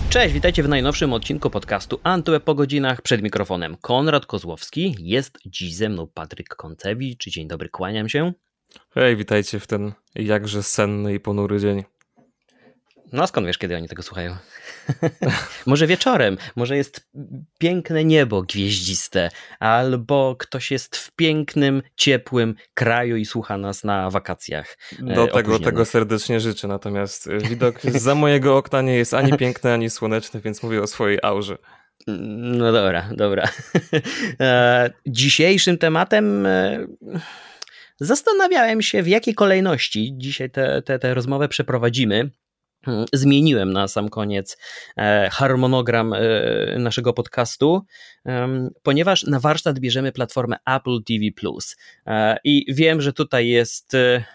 Cześć, witajcie w najnowszym odcinku podcastu Antyweb po godzinach. Przed mikrofonem Konrad Kozłowski, jest dziś ze mną Patryk Koncewicz. Dzień dobry, kłaniam się. Hej, witajcie w ten jakże senny i ponury dzień. No a skąd wiesz, kiedy oni tego słuchają? Może wieczorem, może jest piękne niebo gwieździste, albo ktoś jest w pięknym, ciepłym kraju i słucha nas na wakacjach. Tego serdecznie życzę, natomiast widok zza mojego okna nie jest ani piękny, ani słoneczny, więc mówię o swojej aurze. No dobra. Dzisiejszym tematem zastanawiałem się, w jakiej kolejności dzisiaj tę rozmowę przeprowadzimy. Zmieniłem na sam koniec harmonogram naszego podcastu, ponieważ na warsztat bierzemy platformę Apple TV+. I wiem, że tutaj jest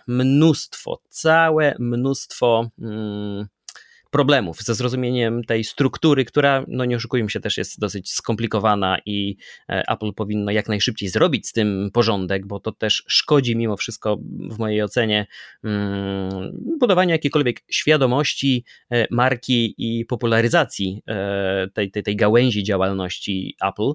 całe mnóstwo problemów ze zrozumieniem tej struktury, która, no nie oszukujmy się, też jest dosyć skomplikowana i Apple powinno jak najszybciej zrobić z tym porządek, bo to też szkodzi mimo wszystko w mojej ocenie budowaniu jakiejkolwiek świadomości marki i popularyzacji tej gałęzi działalności Apple,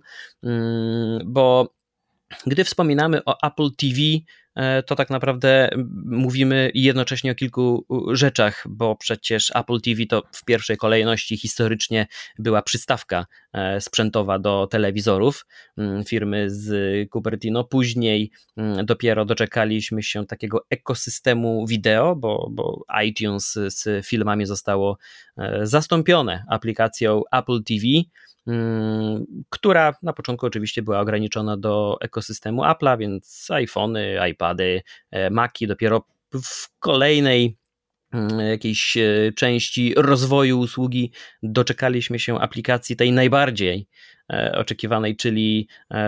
bo gdy wspominamy o Apple TV, to tak naprawdę mówimy jednocześnie o kilku rzeczach, bo przecież Apple TV to w pierwszej kolejności historycznie była przystawka sprzętowa do telewizorów firmy z Cupertino. Później dopiero doczekaliśmy się takiego ekosystemu wideo, bo iTunes z filmami zostało zastąpione aplikacją Apple TV, która na początku oczywiście była ograniczona do ekosystemu Apple'a, więc iPhony, iPady, Maci. Dopiero w kolejnej jakiejś części rozwoju usługi doczekaliśmy się aplikacji tej najbardziej oczekiwanej, czyli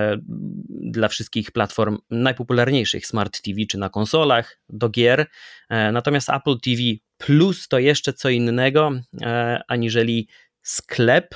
dla wszystkich platform najpopularniejszych Smart TV czy na konsolach do gier. Natomiast Apple TV Plus to jeszcze co innego aniżeli sklep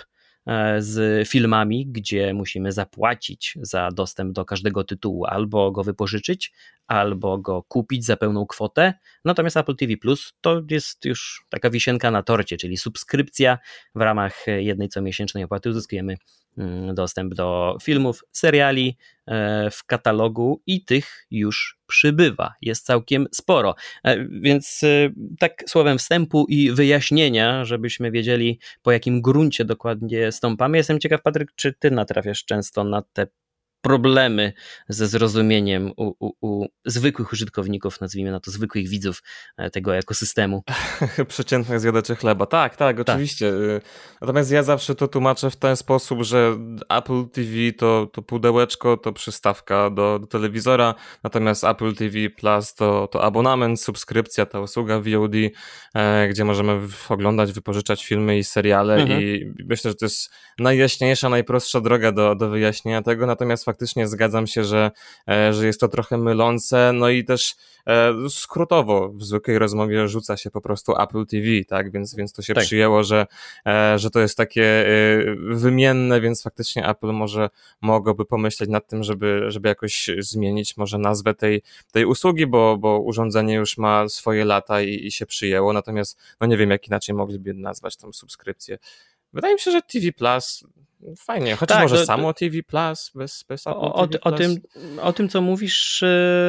z filmami, gdzie musimy zapłacić za dostęp do każdego tytułu, albo go wypożyczyć, albo go kupić za pełną kwotę. Natomiast Apple TV Plus to jest już taka wisienka na torcie, czyli subskrypcja. W ramach jednej comiesięcznej opłaty uzyskujemy dostęp do filmów, seriali w katalogu i tych już przybywa. Jest całkiem sporo. Więc tak słowem wstępu i wyjaśnienia, żebyśmy wiedzieli, po jakim gruncie dokładnie stąpamy. Jestem ciekaw, Patryk, czy ty natrafiasz często na te problemy ze zrozumieniem u zwykłych użytkowników, nazwijmy na to zwykłych widzów tego ekosystemu. Przeciętnych zjadaczy chleba. Tak, oczywiście. Natomiast ja zawsze to tłumaczę w ten sposób, że Apple TV to pudełeczko, to przystawka do telewizora, natomiast Apple TV Plus to abonament, subskrypcja, ta usługa VOD, gdzie możemy oglądać, wypożyczać filmy i seriale i myślę, że to jest najjaśniejsza, najprostsza droga do wyjaśnienia tego, natomiast faktycznie zgadzam się, że jest to trochę mylące, no i też skrótowo w zwykłej rozmowie rzuca się po prostu Apple TV, tak, więc to się przyjęło, że to jest takie wymienne, więc faktycznie Apple mogłoby pomyśleć nad tym, żeby jakoś zmienić może nazwę tej usługi, bo urządzenie już ma swoje lata i się przyjęło, natomiast no nie wiem, jak inaczej mogliby nazwać tą subskrypcję. Wydaje mi się, że TV Plus fajnie, chociaż może samo TV Plus, bez Apple TV Plus. O tym, co mówisz,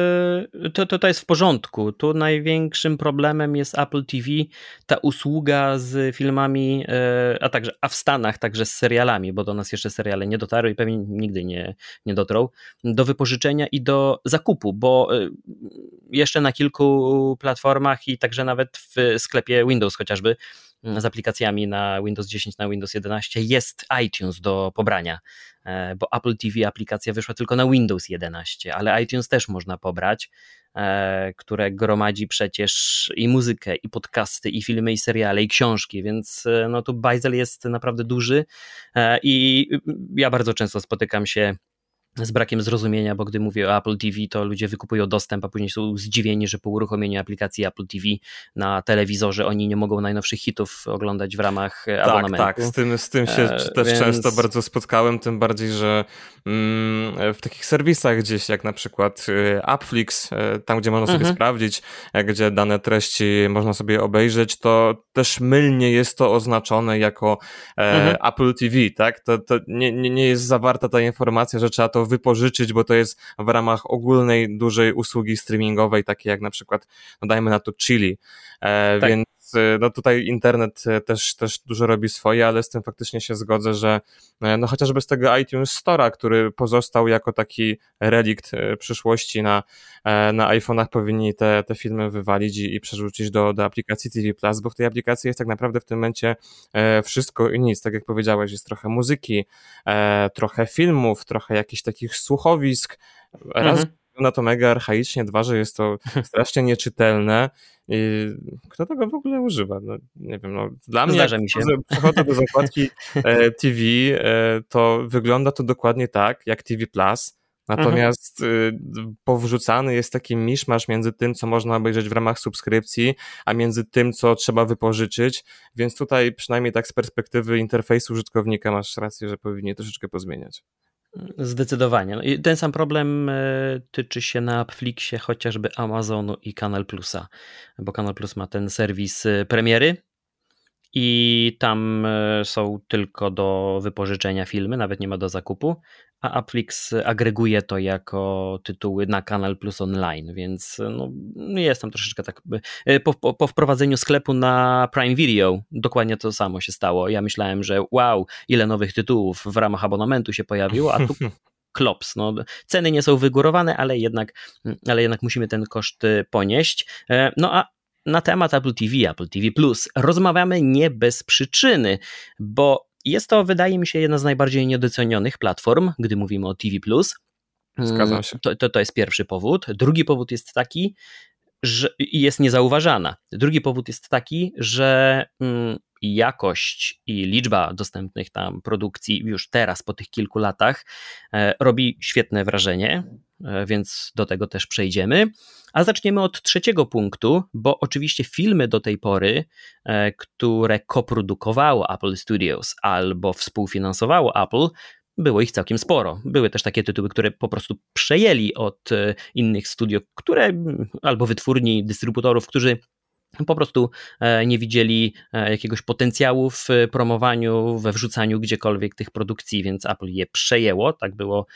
to jest w porządku. Tu największym problemem jest Apple TV, ta usługa z filmami, a w Stanach także z serialami, bo do nas jeszcze seriale nie dotarły i pewnie nigdy nie dotrą, do wypożyczenia i do zakupu, bo jeszcze na kilku platformach i także nawet w sklepie Windows chociażby, z aplikacjami na Windows 10, na Windows 11 jest iTunes do pobrania, bo Apple TV aplikacja wyszła tylko na Windows 11, ale iTunes też można pobrać, które gromadzi przecież i muzykę, i podcasty, i filmy, i seriale, i książki, więc no tu bajzel jest naprawdę duży i ja bardzo często spotykam się z brakiem zrozumienia, bo gdy mówię o Apple TV, to ludzie wykupują dostęp, a później są zdziwieni, że po uruchomieniu aplikacji Apple TV na telewizorze oni nie mogą najnowszych hitów oglądać w ramach abonamentu. Tak, z tym się też często bardzo spotkałem, tym bardziej, że w takich serwisach gdzieś, jak na przykład Appflix, tam gdzie można sobie sprawdzić, gdzie dane treści można sobie obejrzeć, to też mylnie jest to oznaczone jako Apple TV, tak? To nie jest zawarta ta informacja, że trzeba to wypożyczyć, bo to jest w ramach ogólnej, dużej usługi streamingowej, takiej jak na przykład, no dajmy na to Chili, tak. Więc no tutaj internet też dużo robi swoje, ale z tym faktycznie się zgodzę, że no chociażby z tego iTunes Store'a, który pozostał jako taki relikt przyszłości na iPhone'ach, powinni te filmy wywalić i przerzucić do aplikacji TV Plus, bo w tej aplikacji jest tak naprawdę w tym momencie wszystko i nic, tak jak powiedziałeś, jest trochę muzyki, trochę filmów, trochę jakichś takich słuchowisk, raz wygląda to mega archaicznie, dwa, że jest to strasznie nieczytelne i kto tego w ogóle używa? No, nie wiem, no, dla mnie jak przechodzę do zakładki TV, to wygląda to dokładnie tak, jak TV Plus, natomiast powrzucany jest taki miszmasz między tym, co można obejrzeć w ramach subskrypcji, a między tym, co trzeba wypożyczyć, więc tutaj przynajmniej tak z perspektywy interfejsu użytkownika masz rację, że powinien troszeczkę pozmieniać. Zdecydowanie. No i ten sam problem tyczy się na Netflixie chociażby Amazonu i Kanal Plusa, bo Kanal Plus ma ten serwis premiery i tam są tylko do wypożyczenia filmy, nawet nie ma do zakupu, a Netflix agreguje to jako tytuły na Kanal Plus Online, więc no, jest tam troszeczkę tak. Po wprowadzeniu sklepu na Prime Video dokładnie to samo się stało. Ja myślałem, że wow, ile nowych tytułów w ramach abonamentu się pojawiło, a tu klops. No, ceny nie są wygórowane, ale jednak musimy ten koszt ponieść. No a na temat Apple TV Plus rozmawiamy nie bez przyczyny, bo jest to, wydaje mi się, jedna z najbardziej niedocenionych platform, gdy mówimy o TV Plus. Zgadzam się. To jest pierwszy powód. Drugi powód jest taki, że jest niezauważana. Drugi powód jest taki, że jakość i liczba dostępnych tam produkcji już teraz po tych kilku latach robi świetne wrażenie, więc do tego też przejdziemy. A zaczniemy od trzeciego punktu, bo oczywiście filmy do tej pory, które koprodukowało Apple Studios albo współfinansowało Apple, było ich całkiem sporo. Były też takie tytuły, które po prostu przejęli od innych studiów, albo wytwórni, dystrybutorów, którzy po prostu nie widzieli jakiegoś potencjału w promowaniu, we wrzucaniu gdziekolwiek tych produkcji, więc Apple je przejęło. Tak było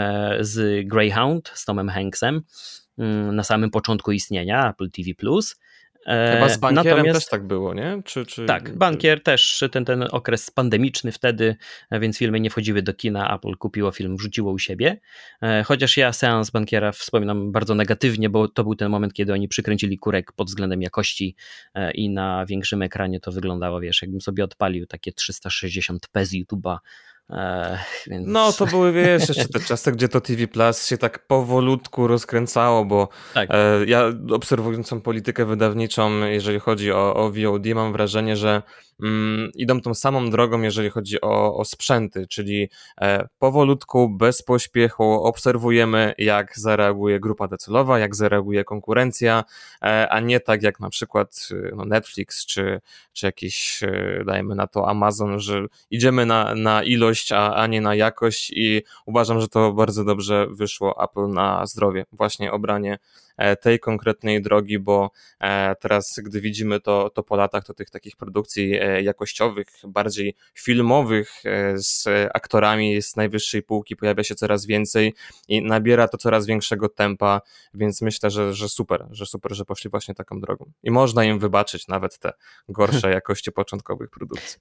z Greyhound, z Tomem Hanksem na samym początku istnienia Apple TV+. Chyba z Bankierem też tak było, nie? Tak, Bankier też, ten okres pandemiczny wtedy, więc filmy nie wchodziły do kina, Apple kupiło film, wrzuciło u siebie, chociaż ja seans Bankiera wspominam bardzo negatywnie, bo to był ten moment, kiedy oni przykręcili kurek pod względem jakości i na większym ekranie to wyglądało, wiesz, jakbym sobie odpalił takie 360p z YouTube'a. Więc... No to były, wiesz, jeszcze te czasy, gdzie to TV Plus się tak powolutku rozkręcało, bo tak. Ja obserwując politykę wydawniczą, jeżeli chodzi o VOD, mam wrażenie, że idą tą samą drogą, jeżeli chodzi o sprzęty, czyli powolutku, bez pośpiechu obserwujemy, jak zareaguje grupa docelowa, jak zareaguje konkurencja, a nie tak jak na przykład Netflix, czy jakiś, dajmy na to Amazon, że idziemy na ilość, a nie na jakość i uważam, że to bardzo dobrze wyszło Apple na zdrowie, właśnie obranie tej konkretnej drogi, bo teraz, gdy widzimy to po latach, to tych takich produkcji jakościowych, bardziej filmowych z aktorami z najwyższej półki pojawia się coraz więcej i nabiera to coraz większego tempa, więc myślę, że super, że poszli właśnie taką drogą. I można im wybaczyć nawet te gorsze jakości początkowych produkcji.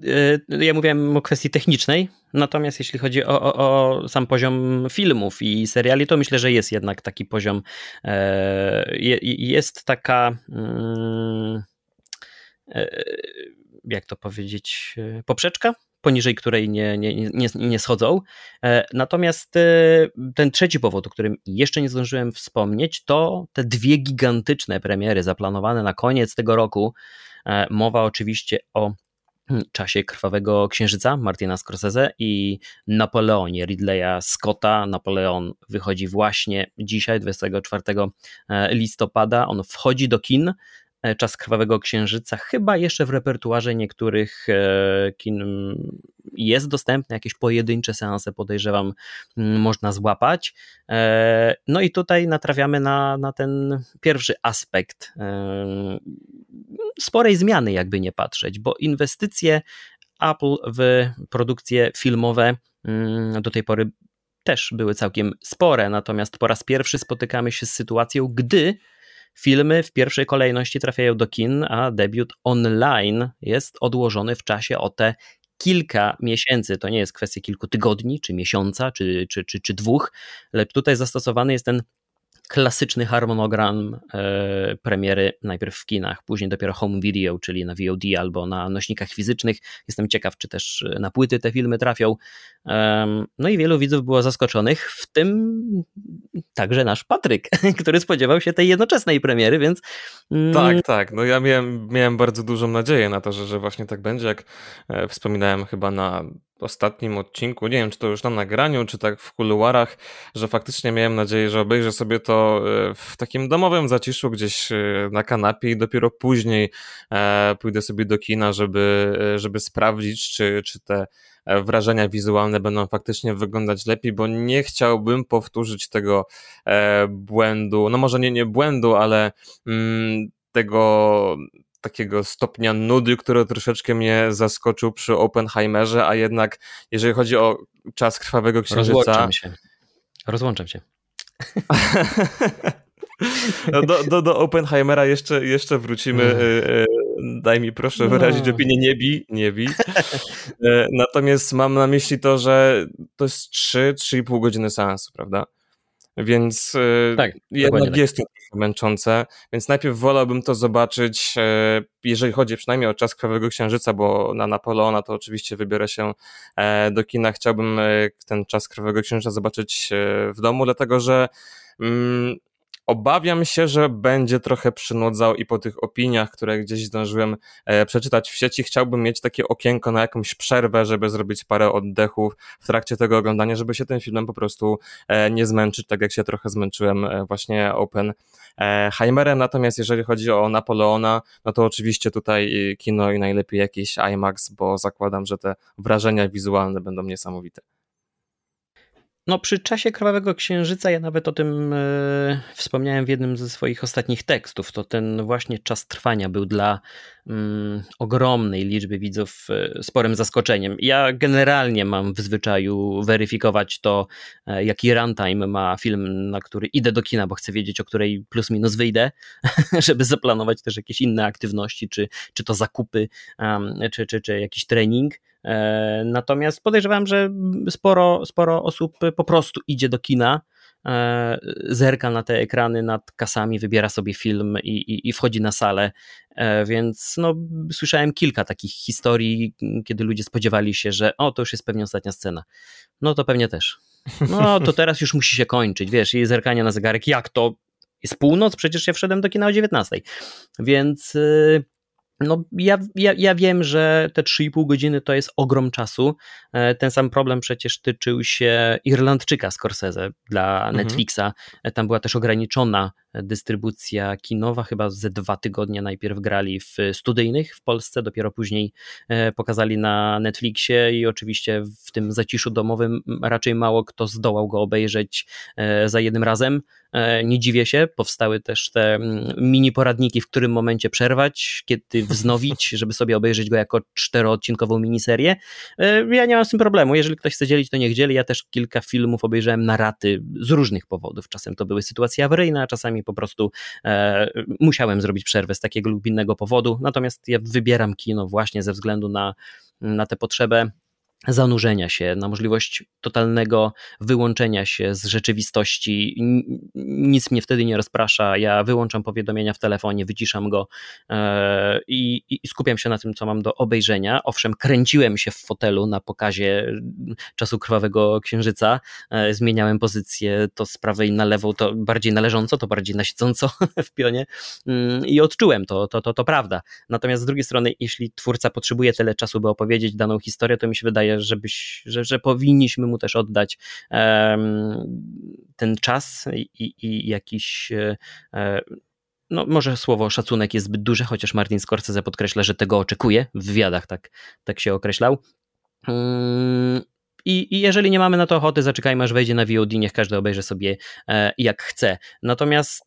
Ja mówiłem o kwestii technicznej, natomiast jeśli chodzi o sam poziom filmów i seriali, to myślę, że jest jednak taki poziom, jest taka, jak to powiedzieć, poprzeczka, poniżej której nie schodzą. Natomiast ten trzeci powód, o którym jeszcze nie zdążyłem wspomnieć, to te dwie gigantyczne premiery zaplanowane na koniec tego roku. Mowa oczywiście o Czasie Krwawego Księżyca Martina Scorsese i Napoleonie Ridleya Scotta. Napoleon wychodzi właśnie dzisiaj, 24 listopada. On wchodzi do kin. Czas Krwawego Księżyca chyba jeszcze w repertuarze niektórych kin jest dostępny, jakieś pojedyncze seanse, podejrzewam, można złapać. No i tutaj natrafiamy na ten pierwszy aspekt sporej zmiany, jakby nie patrzeć, bo inwestycje Apple w produkcje filmowe do tej pory też były całkiem spore, natomiast po raz pierwszy spotykamy się z sytuacją, gdy filmy w pierwszej kolejności trafiają do kin, a debiut online jest odłożony w czasie o te kilka miesięcy. To nie jest kwestia kilku tygodni, czy miesiąca, czy dwóch, lecz tutaj zastosowany jest ten klasyczny harmonogram premiery najpierw w kinach, później dopiero home video, czyli na VOD albo na nośnikach fizycznych. Jestem ciekaw, czy też na płyty te filmy trafią. No i wielu widzów było zaskoczonych, w tym także nasz Patryk, który spodziewał się tej jednoczesnej premiery, więc... Tak. No ja miałem bardzo dużą nadzieję na to, że właśnie tak będzie, jak wspominałem chyba na ostatnim odcinku, nie wiem, czy to już na nagraniu, czy tak w kuluarach, że faktycznie miałem nadzieję, że obejrzę sobie to w takim domowym zaciszu gdzieś na kanapie i dopiero później pójdę sobie do kina, żeby sprawdzić, czy te wrażenia wizualne będą faktycznie wyglądać lepiej, bo nie chciałbym powtórzyć tego błędu, no może nie błędu, ale tego takiego stopnia nudy, który troszeczkę mnie zaskoczył przy Oppenheimerze, a jednak jeżeli chodzi o Czas Krwawego Księżyca... Rozłączam się. Do Oppenheimera jeszcze wrócimy. Daj mi proszę wyrazić opinię, nie bij. Natomiast mam na myśli to, że to jest 3,5 godziny seansu, prawda? Więc tak, jednak jest to męczące, więc najpierw wolałbym to zobaczyć, jeżeli chodzi przynajmniej o Czas Krwawego Księżyca, bo na Napoleona to oczywiście wybiorę się do kina. Chciałbym ten Czas Krwawego Księżyca zobaczyć w domu, dlatego że obawiam się, że będzie trochę przynudzał i po tych opiniach, które gdzieś zdążyłem przeczytać w sieci, chciałbym mieć takie okienko na jakąś przerwę, żeby zrobić parę oddechów w trakcie tego oglądania, żeby się tym filmem po prostu nie zmęczyć, tak jak się trochę zmęczyłem właśnie Oppenheimerem. Natomiast jeżeli chodzi o Napoleona, no to oczywiście tutaj kino i najlepiej jakiś IMAX, bo zakładam, że te wrażenia wizualne będą niesamowite. No przy Czasie Krwawego Księżyca ja nawet o tym wspomniałem w jednym ze swoich ostatnich tekstów. To ten właśnie czas trwania był dla ogromnej liczby widzów sporym zaskoczeniem. Ja generalnie mam w zwyczaju weryfikować to, jaki runtime ma film, na który idę do kina, bo chcę wiedzieć, o której plus minus wyjdę, żeby zaplanować też jakieś inne aktywności, czy to zakupy, czy jakiś trening. Natomiast podejrzewam, że sporo osób po prostu idzie do kina, zerka na te ekrany nad kasami, wybiera sobie film i wchodzi na salę, więc no, słyszałem kilka takich historii, kiedy ludzie spodziewali się, że to już jest pewnie ostatnia scena. No to pewnie też. No to teraz już musi się kończyć, wiesz, i zerkanie na zegarek, jak to? Jest północ? Przecież ja wszedłem do kina o 19. Więc... No, ja wiem, że te 3,5 godziny to jest ogrom czasu. Ten sam problem przecież tyczył się Irlandczyka Scorsese dla Netflixa. Tam była też ograniczona dystrybucja kinowa, chyba ze 2 tygodnie najpierw grali w studyjnych w Polsce, dopiero później pokazali na Netflixie i oczywiście w tym zaciszu domowym raczej mało kto zdołał go obejrzeć za jednym razem. Nie dziwię się, powstały też te mini poradniki, w którym momencie przerwać, kiedy wznowić, żeby sobie obejrzeć go jako 4-odcinkową miniserię. Ja nie mam z tym problemu, jeżeli ktoś chce dzielić, to niech dzieli. Ja też kilka filmów obejrzałem na raty z różnych powodów. Czasem to były sytuacje awaryjne, a czasami po prostu musiałem zrobić przerwę z takiego lub innego powodu. Natomiast ja wybieram kino właśnie ze względu na tę potrzebę zanurzenia się, na możliwość totalnego wyłączenia się z rzeczywistości. Nic mnie wtedy nie rozprasza, ja wyłączam powiadomienia w telefonie, wyciszam go i skupiam się na tym, co mam do obejrzenia. Owszem, kręciłem się w fotelu na pokazie Czasu Krwawego Księżyca, zmieniałem pozycję, to z prawej na lewą, to bardziej na leżąco, to bardziej na siedząco w pionie i odczułem to prawda. Natomiast z drugiej strony, jeśli twórca potrzebuje tyle czasu, by opowiedzieć daną historię, to mi się wydaje, że powinniśmy mu też oddać ten czas i jakiś no może słowo szacunek jest zbyt duże, chociaż Martin Scorsese podkreśla, że tego oczekuje, w wywiadach tak się określał. I jeżeli nie mamy na to ochoty, zaczekajmy aż wejdzie na VOD, niech każdy obejrzy sobie jak chce. Natomiast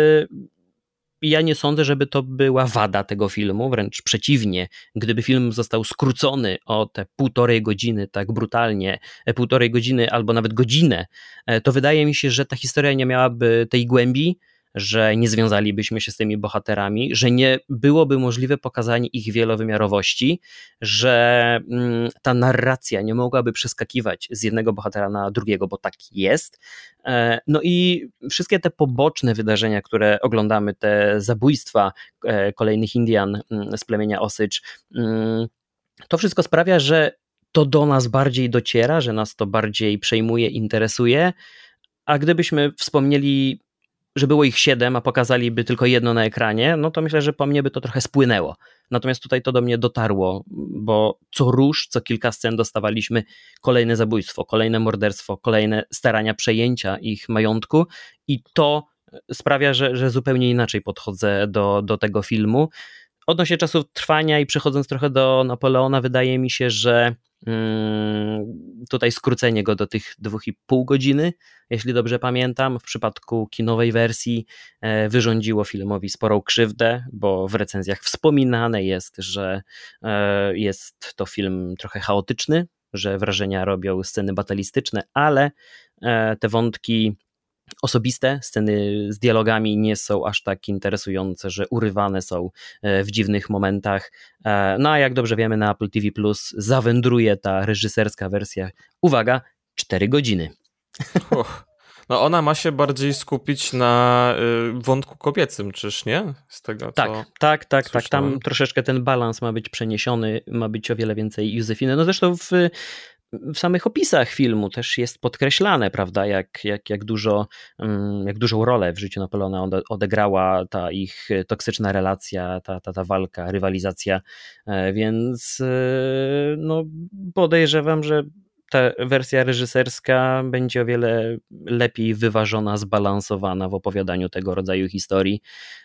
ja nie sądzę, żeby to była wada tego filmu, wręcz przeciwnie. Gdyby film został skrócony o te 1,5 godziny tak brutalnie, 1,5 godziny albo nawet godzinę, to wydaje mi się, że ta historia nie miałaby tej głębi, że nie związalibyśmy się z tymi bohaterami, że nie byłoby możliwe pokazanie ich wielowymiarowości, że ta narracja nie mogłaby przeskakiwać z jednego bohatera na drugiego, bo tak jest. No i wszystkie te poboczne wydarzenia, które oglądamy, te zabójstwa kolejnych Indian z plemienia Osage, to wszystko sprawia, że to do nas bardziej dociera, że nas to bardziej przejmuje, interesuje, a gdybyśmy wspomnieli, że było ich 7, a pokazaliby tylko jedno na ekranie, no to myślę, że po mnie by to trochę spłynęło. Natomiast tutaj to do mnie dotarło, bo co rusz, co kilka scen dostawaliśmy kolejne zabójstwo, kolejne morderstwo, kolejne starania przejęcia ich majątku i to sprawia, że zupełnie inaczej podchodzę do tego filmu. Odnośnie czasu trwania i przechodząc trochę do Napoleona, wydaje mi się, że tutaj skrócenie go do tych 2,5 godziny, jeśli dobrze pamiętam, w przypadku kinowej wersji wyrządziło filmowi sporą krzywdę, bo w recenzjach wspominane jest, że jest to film trochę chaotyczny, że wrażenia robią sceny batalistyczne, ale te wątki osobiste, sceny z dialogami nie są aż tak interesujące, że urywane są w dziwnych momentach. No a jak dobrze wiemy, na Apple TV Plus zawędruje ta reżyserska wersja, uwaga, 4 godziny. No ona ma się bardziej skupić na wątku kobiecym, czyż nie? Z tego, co tak. Tam troszeczkę ten balans ma być przeniesiony, ma być o wiele więcej Józefiny. No zresztą w samych opisach filmu też jest podkreślane, prawda, jak dużą rolę w życiu Napoleona odegrała ta ich toksyczna relacja, ta walka, rywalizacja, więc no podejrzewam, że ta wersja reżyserska będzie o wiele lepiej wyważona, zbalansowana w opowiadaniu tego rodzaju historii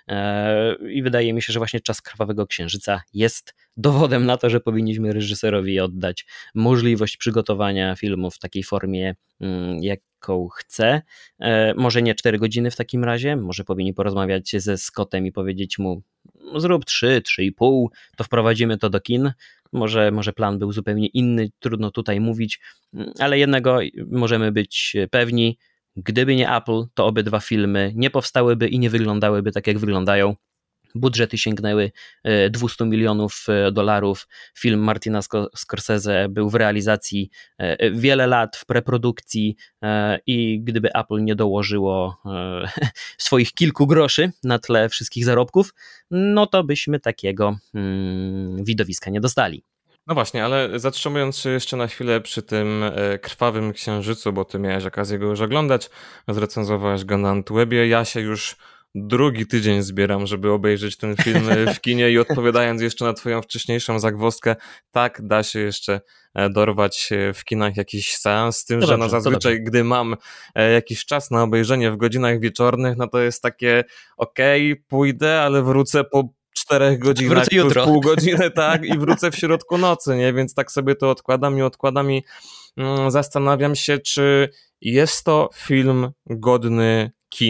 i wydaje mi się, że właśnie Czas Krwawego Księżyca jest dowodem na to, że powinniśmy reżyserowi oddać możliwość przygotowania filmu w takiej formie, jaką chce. Może nie 4 godziny w takim razie, może powinni porozmawiać ze Scottem i powiedzieć mu, zrób 3,5, to wprowadzimy to do kin. Może plan był zupełnie inny, trudno tutaj mówić, ale jednego możemy być pewni, gdyby nie Apple, to obydwa filmy nie powstałyby i nie wyglądałyby tak, jak wyglądają. Budżety sięgnęły $200 milionów. Film Martina Scorsese był w realizacji wiele lat, w preprodukcji i gdyby Apple nie dołożyło swoich kilku groszy na tle wszystkich zarobków, no to byśmy takiego widowiska nie dostali. No właśnie, ale zatrzymując się jeszcze na chwilę przy tym Krwawym Księżycu, bo ty miałeś okazję go już oglądać, zrecenzowałeś go na Antwebie, ja się już drugi tydzień zbieram, żeby obejrzeć ten film w kinie i odpowiadając jeszcze na twoją wcześniejszą zagwozdkę, tak, da się jeszcze dorwać w kinach jakiś seans, z tym, że no zazwyczaj, gdy mam jakiś czas na obejrzenie w godzinach wieczornych, no to jest takie okej, pójdę, ale wrócę po 4 godzinach plus pół godziny, tak, i wrócę w środku nocy, nie, więc tak sobie to odkładam i zastanawiam się, czy jest to film godny kin,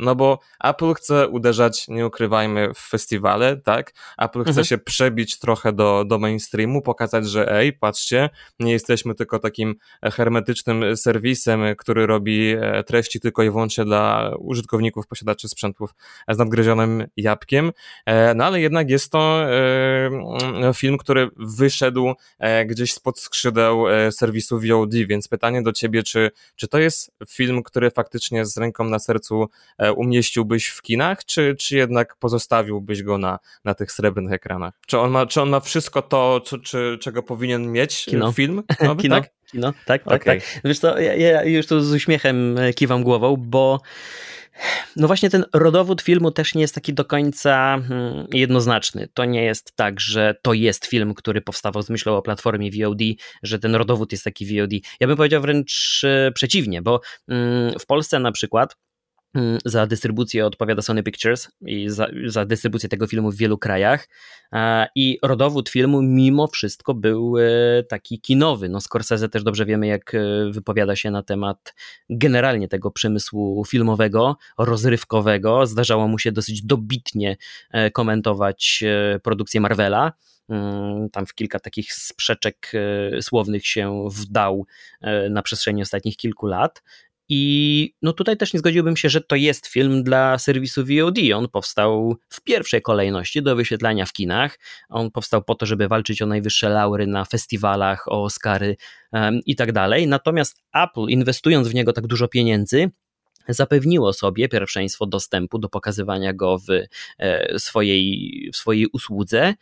no bo Apple chce uderzać, nie ukrywajmy, w festiwale, tak? Apple chce się przebić trochę do mainstreamu, pokazać, że patrzcie, nie jesteśmy tylko takim hermetycznym serwisem, który robi treści tylko i wyłącznie dla użytkowników, posiadaczy sprzętów z nadgryzionym jabłkiem, no ale jednak jest to film, który wyszedł gdzieś spod skrzydeł serwisu VOD, więc pytanie do ciebie, czy to jest film, który faktycznie z ręką na sercu umieściłbyś w kinach, czy jednak pozostawiłbyś go na tych srebrnych ekranach? Czy on ma wszystko to, czego powinien mieć film nowy, Kino, tak? Kino, tak, Okay. tak. Wiesz co, ja już tu z uśmiechem kiwam głową, bo no właśnie ten rodowód filmu też nie jest taki do końca jednoznaczny. To nie jest tak, że to jest film, który powstawał z myślą o platformie VOD, że ten rodowód jest taki VOD. Ja bym powiedział wręcz przeciwnie, bo w Polsce na przykład za dystrybucję odpowiada Sony Pictures i za dystrybucję tego filmu w wielu krajach i rodowód filmu mimo wszystko był taki kinowy. No Scorsese też dobrze wiemy, jak wypowiada się na temat generalnie tego przemysłu filmowego, rozrywkowego. Zdarzało mu się dosyć dobitnie komentować produkcję Marvela. Tam w kilka takich sprzeczek słownych się wdał na przestrzeni ostatnich kilku lat. I no tutaj też nie zgodziłbym się, że to jest film dla serwisu VOD. On powstał w pierwszej kolejności do wyświetlania w kinach. On powstał po to, żeby walczyć o najwyższe laury na festiwalach, o Oscary i tak dalej. Natomiast Apple, inwestując w niego tak dużo pieniędzy, zapewniło sobie pierwszeństwo dostępu do pokazywania go w swojej usłudze.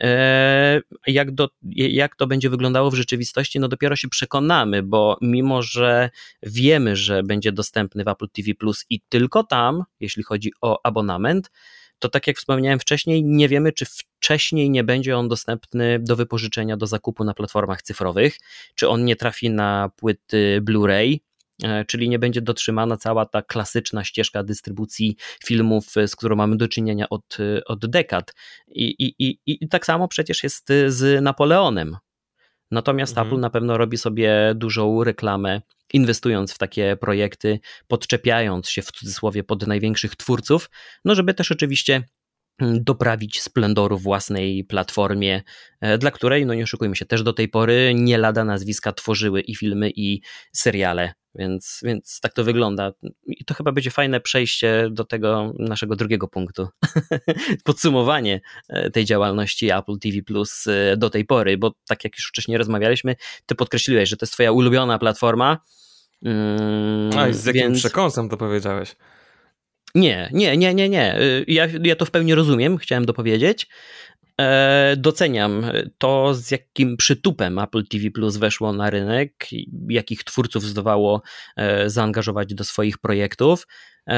Jak to będzie wyglądało w rzeczywistości, no dopiero się przekonamy, bo mimo, że wiemy, że będzie dostępny w Apple TV Plus i tylko tam, jeśli chodzi o abonament, to tak jak wspomniałem wcześniej, nie wiemy, czy wcześniej nie będzie on dostępny do wypożyczenia, do zakupu na platformach cyfrowych, czy on nie trafi na płyty Blu-ray, czyli nie będzie dotrzymana cała ta klasyczna ścieżka dystrybucji filmów, z którą mamy do czynienia od dekad. I tak samo przecież jest z Napoleonem. Natomiast Apple na pewno robi sobie dużą reklamę, inwestując w takie projekty, podczepiając się w cudzysłowie pod największych twórców, no żeby też oczywiście doprawić splendoru własnej platformie, dla której, no nie oszukujmy się, też do tej pory nie lada nazwiska tworzyły i filmy, i seriale, więc tak to wygląda. I to chyba będzie fajne przejście do tego naszego drugiego punktu. Podsumowanie tej działalności Apple TV Plus do tej pory, bo tak jak już wcześniej rozmawialiśmy, ty podkreśliłeś, że to jest twoja ulubiona platforma. I z jakim przekąsem to powiedziałeś? Nie. Ja to w pełni rozumiem, chciałem dopowiedzieć. Doceniam to, z jakim przytupem Apple TV Plus weszło na rynek, jakich twórców zdołało zaangażować do swoich projektów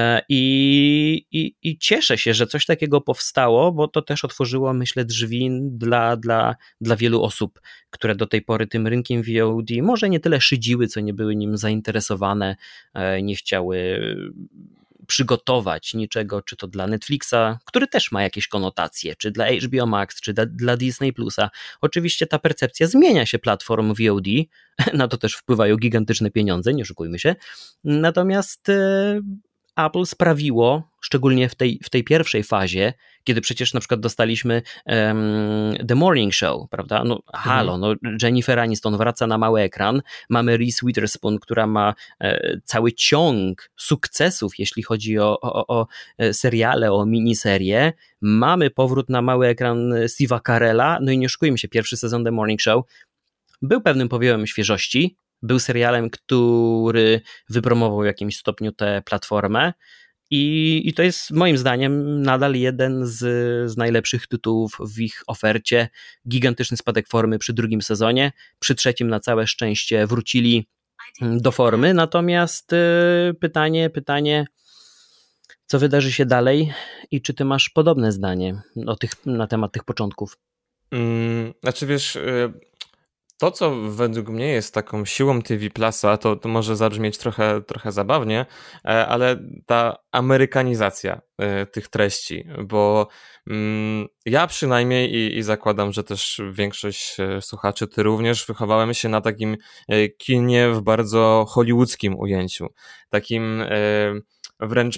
i cieszę się, że coś takiego powstało, bo to też otworzyło, myślę, drzwi dla wielu osób, które do tej pory tym rynkiem VOD może nie tyle szydziły, co nie były nim zainteresowane, nie chciały przygotować niczego, czy to dla Netflixa, który też ma jakieś konotacje, czy dla HBO Max, czy dla Disney Plusa. Oczywiście ta percepcja zmienia się platform VOD, na to też wpływają gigantyczne pieniądze, nie oszukujmy się, natomiast Apple sprawiło, szczególnie w tej pierwszej fazie, kiedy przecież na przykład dostaliśmy The Morning Show, prawda? No halo, no Jennifer Aniston wraca na mały ekran, mamy Reese Witherspoon, która ma cały ciąg sukcesów, jeśli chodzi o seriale, o miniserie, mamy powrót na mały ekran Steve'a Carella, no i nie oszukujmy się, pierwszy sezon The Morning Show był pewnym powiewem świeżości, był serialem, który wypromował w jakimś stopniu tę platformę i to jest moim zdaniem nadal jeden z najlepszych tytułów w ich ofercie. Gigantyczny spadek formy przy drugim sezonie, przy trzecim na całe szczęście wrócili do formy, natomiast pytanie, co wydarzy się dalej i czy ty masz podobne zdanie na temat tych początków? Znaczy wiesz, to co według mnie jest taką siłą TV Plusa, to może zabrzmieć trochę zabawnie, ale ta amerykanizacja tych treści, bo ja przynajmniej i zakładam, że też większość słuchaczy, ty również, wychowałem się na takim kinie w bardzo hollywoodzkim ujęciu, takim wręcz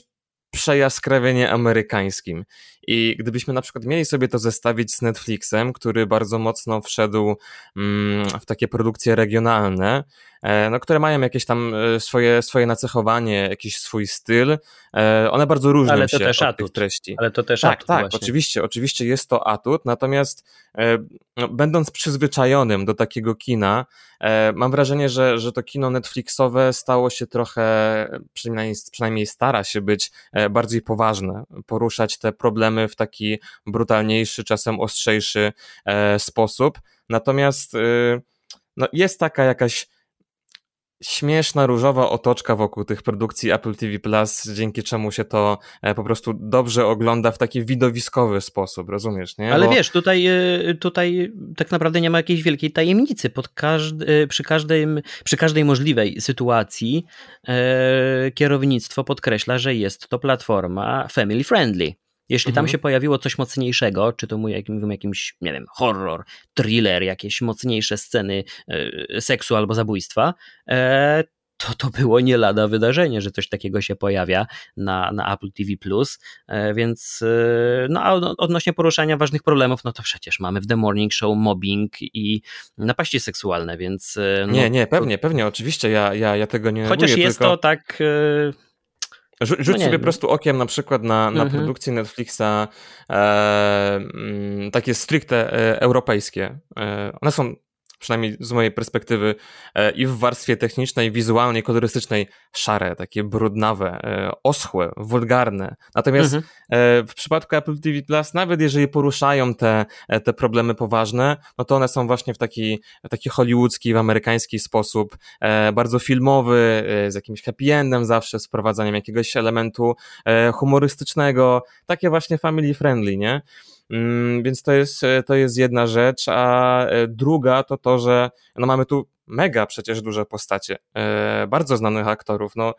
przejaskrawienie amerykańskim. I gdybyśmy na przykład mieli sobie to zestawić z Netflixem, który bardzo mocno wszedł w takie produkcje regionalne, no, które mają jakieś tam swoje nacechowanie, jakiś swój styl, one bardzo różnią się od tych treści. Ale to też tak, atut tak, właśnie. oczywiście jest to atut, natomiast no, będąc przyzwyczajonym do takiego kina, mam wrażenie, że to kino Netflixowe stało się trochę, przynajmniej stara się być bardziej poważne, poruszać te problemy w taki brutalniejszy, czasem ostrzejszy sposób. Natomiast no, jest taka jakaś śmieszna, różowa otoczka wokół tych produkcji Apple TV+, dzięki czemu się to po prostu dobrze ogląda w taki widowiskowy sposób, rozumiesz, nie? Ale wiesz, tutaj tak naprawdę nie ma jakiejś wielkiej tajemnicy. Przy każdej możliwej sytuacji kierownictwo podkreśla, że jest to platforma family friendly. Jeśli tam się pojawiło coś mocniejszego, czy to mówimy jakimś, nie wiem, horror, thriller, jakieś mocniejsze sceny seksu albo zabójstwa, to było nie lada wydarzenie, że coś takiego się pojawia na Apple TV+, więc no a odnośnie poruszania ważnych problemów, no to przecież mamy w The Morning Show mobbing i napaści seksualne, więc... No, nie, pewnie, oczywiście, ja tego nie neguję, chociaż jest tylko... to tak... Rzuć sobie po prostu okiem na przykład na produkcje Netflixa takie stricte europejskie. One są, przynajmniej z mojej perspektywy, i w warstwie technicznej, wizualnej, kolorystycznej szare, takie brudnawe, oschłe, wulgarne. Natomiast w przypadku Apple TV+, nawet jeżeli poruszają te problemy poważne, no to one są właśnie w taki hollywoodzki, w amerykański sposób, bardzo filmowy, z jakimś happy endem zawsze, z wprowadzaniem jakiegoś elementu humorystycznego, takie właśnie family friendly, nie? Więc to jest jedna rzecz, a druga to, że no mamy tu mega przecież duże postacie, bardzo znanych aktorów, no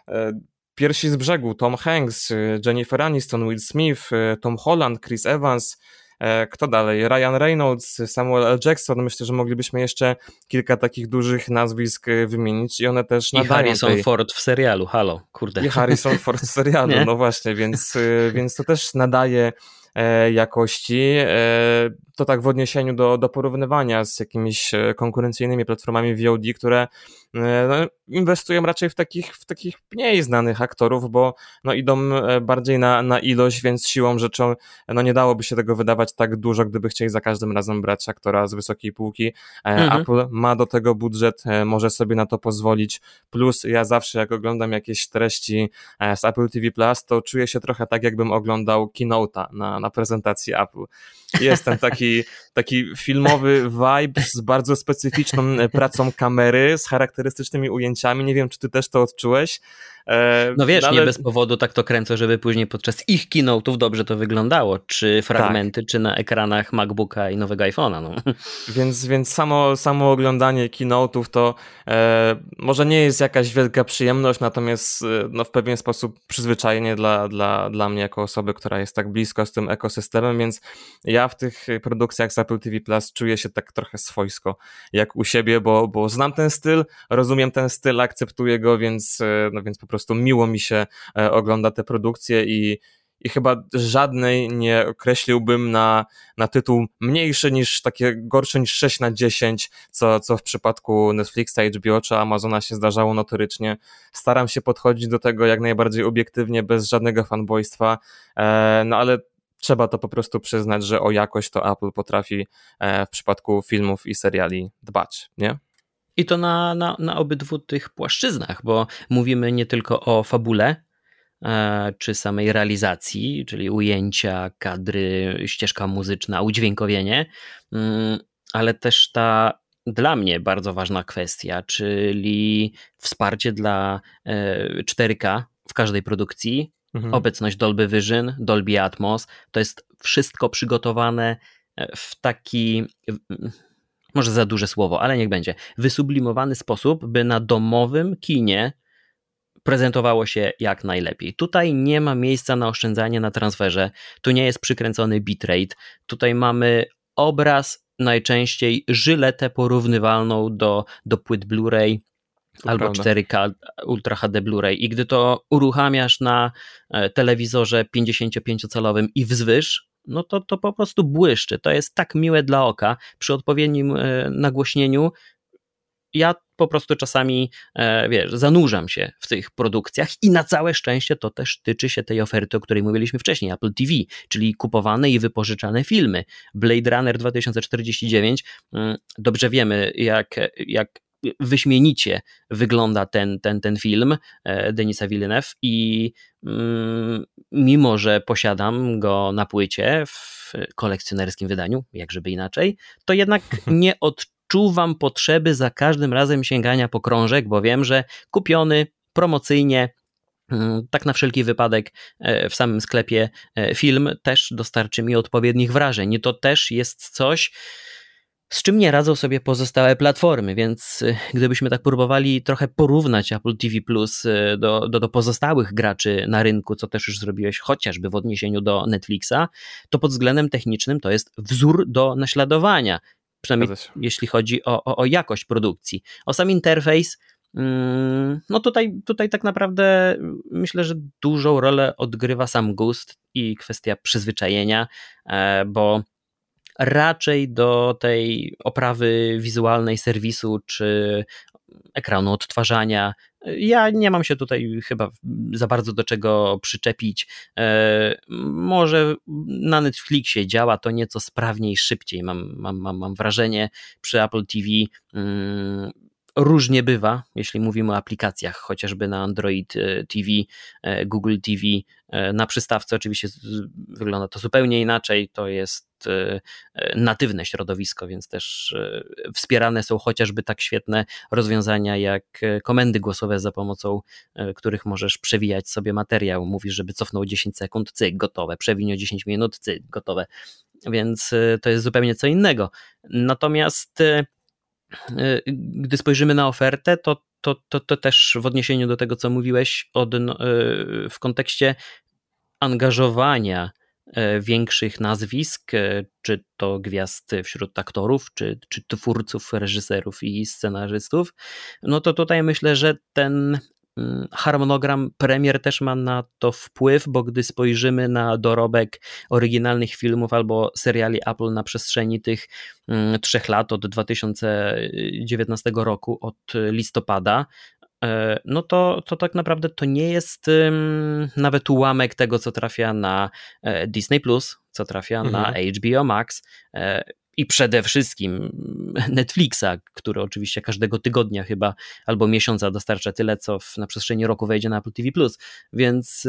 pierwsi z brzegu, Tom Hanks, Jennifer Aniston, Will Smith, Tom Holland, Chris Evans, kto dalej? Ryan Reynolds, Samuel L. Jackson, myślę, że moglibyśmy jeszcze kilka takich dużych nazwisk wymienić i one też nadają Harrison Ford w serialu, halo, kurde. I Harrison Ford w serialu, no właśnie, więc to też nadaje jakości. To tak w odniesieniu do porównywania z jakimiś konkurencyjnymi platformami VOD, które no, inwestują raczej w takich mniej znanych aktorów, bo no, idą bardziej na ilość, więc siłą rzeczą no, nie dałoby się tego wydawać tak dużo, gdyby chcieli za każdym razem brać aktora z wysokiej półki. Apple ma do tego budżet, może sobie na to pozwolić, plus ja zawsze jak oglądam jakieś treści z Apple TV+, to czuję się trochę tak, jakbym oglądał keynote'a na prezentacji Apple. Jest ten taki filmowy vibe z bardzo specyficzną pracą kamery, z charakterystycznymi ujęciami. Nie wiem, czy ty też to odczułeś. No wiesz, ale... nie bez powodu tak to kręcą, żeby później podczas ich keynote'ów dobrze to wyglądało, czy fragmenty, czy na ekranach MacBooka i nowego iPhone'a. No. Więc samo oglądanie keynote'ów to może nie jest jakaś wielka przyjemność, natomiast no, w pewien sposób przyzwyczajenie dla mnie jako osoby, która jest tak blisko z tym ekosystemem, więc ja w tych produkcjach z Apple TV Plus czuję się tak trochę swojsko, jak u siebie, bo znam ten styl, rozumiem ten styl, akceptuję go, więc po prostu miło mi się ogląda te produkcje i chyba żadnej nie określiłbym na tytuł mniejszy niż takie gorsze niż 6/10, co w przypadku Netflixa, HBO czy Amazona się zdarzało notorycznie. Staram się podchodzić do tego jak najbardziej obiektywnie, bez żadnego fanboystwa, no ale trzeba to po prostu przyznać, że o jakość to Apple potrafi w przypadku filmów i seriali dbać, nie? I to na obydwu tych płaszczyznach, bo mówimy nie tylko o fabule, czy samej realizacji, czyli ujęcia, kadry, ścieżka muzyczna, udźwiękowienie, ale też ta dla mnie bardzo ważna kwestia, czyli wsparcie dla 4K w każdej produkcji, obecność Dolby Vision, Dolby Atmos, to jest wszystko przygotowane w taki... może za duże słowo, ale niech będzie, wysublimowany sposób, by na domowym kinie prezentowało się jak najlepiej. Tutaj nie ma miejsca na oszczędzanie na transferze, tu nie jest przykręcony bitrate, tutaj mamy obraz, najczęściej żyletę porównywalną do płyt Blu-ray, albo 4K Ultra HD Blu-ray i gdy to uruchamiasz na telewizorze 55-calowym i wzwyż, no to po prostu błyszczy. To jest tak miłe dla oka. Przy odpowiednim nagłośnieniu ja po prostu czasami, zanurzam się w tych produkcjach i na całe szczęście to też tyczy się tej oferty, o której mówiliśmy wcześniej, Apple TV, czyli kupowane i wypożyczane filmy. Blade Runner 2049, dobrze wiemy, jak wyśmienicie wygląda ten film Denisa Villeneuve i mimo, że posiadam go na płycie w kolekcjonerskim wydaniu, jak żeby inaczej, to jednak nie odczuwam potrzeby za każdym razem sięgania po krążek, bo wiem, że kupiony promocyjnie, tak na wszelki wypadek w samym sklepie film też dostarczy mi odpowiednich wrażeń. I to też jest coś, z czym nie radzą sobie pozostałe platformy, więc gdybyśmy tak próbowali trochę porównać Apple TV Plus do pozostałych graczy na rynku, co też już zrobiłeś chociażby w odniesieniu do Netflixa, to pod względem technicznym to jest wzór do naśladowania, przynajmniej jeśli chodzi o jakość produkcji. O sam interfejs, no tutaj tak naprawdę myślę, że dużą rolę odgrywa sam gust i kwestia przyzwyczajenia, bo raczej do tej oprawy wizualnej serwisu czy ekranu odtwarzania ja nie mam się tutaj chyba za bardzo do czego przyczepić. Może na Netflixie działa to nieco sprawniej, szybciej. Mam wrażenie przy Apple TV różnie bywa, jeśli mówimy o aplikacjach, chociażby na Android TV, Google TV, na przystawce oczywiście wygląda to zupełnie inaczej, to jest natywne środowisko, więc też wspierane są chociażby tak świetne rozwiązania jak komendy głosowe, za pomocą których możesz przewijać sobie materiał, mówisz, żeby cofnął 10 sekund, cyk, gotowe, przewiń o 10 minut, cyk, gotowe, więc to jest zupełnie co innego. Natomiast gdy spojrzymy na ofertę, to też w odniesieniu do tego, co mówiłeś w kontekście angażowania większych nazwisk, czy to gwiazd wśród aktorów, czy twórców, reżyserów i scenarzystów, no to tutaj myślę, że ten harmonogram premier też ma na to wpływ, bo gdy spojrzymy na dorobek oryginalnych filmów albo seriali Apple na przestrzeni tych 3 lat, od 2019 roku, od listopada, no to tak naprawdę to nie jest nawet ułamek tego, co trafia na Disney+, co trafia na HBO Max i przede wszystkim Netflixa, który oczywiście każdego tygodnia chyba albo miesiąca dostarcza tyle, co na przestrzeni roku wejdzie na Apple TV+. Więc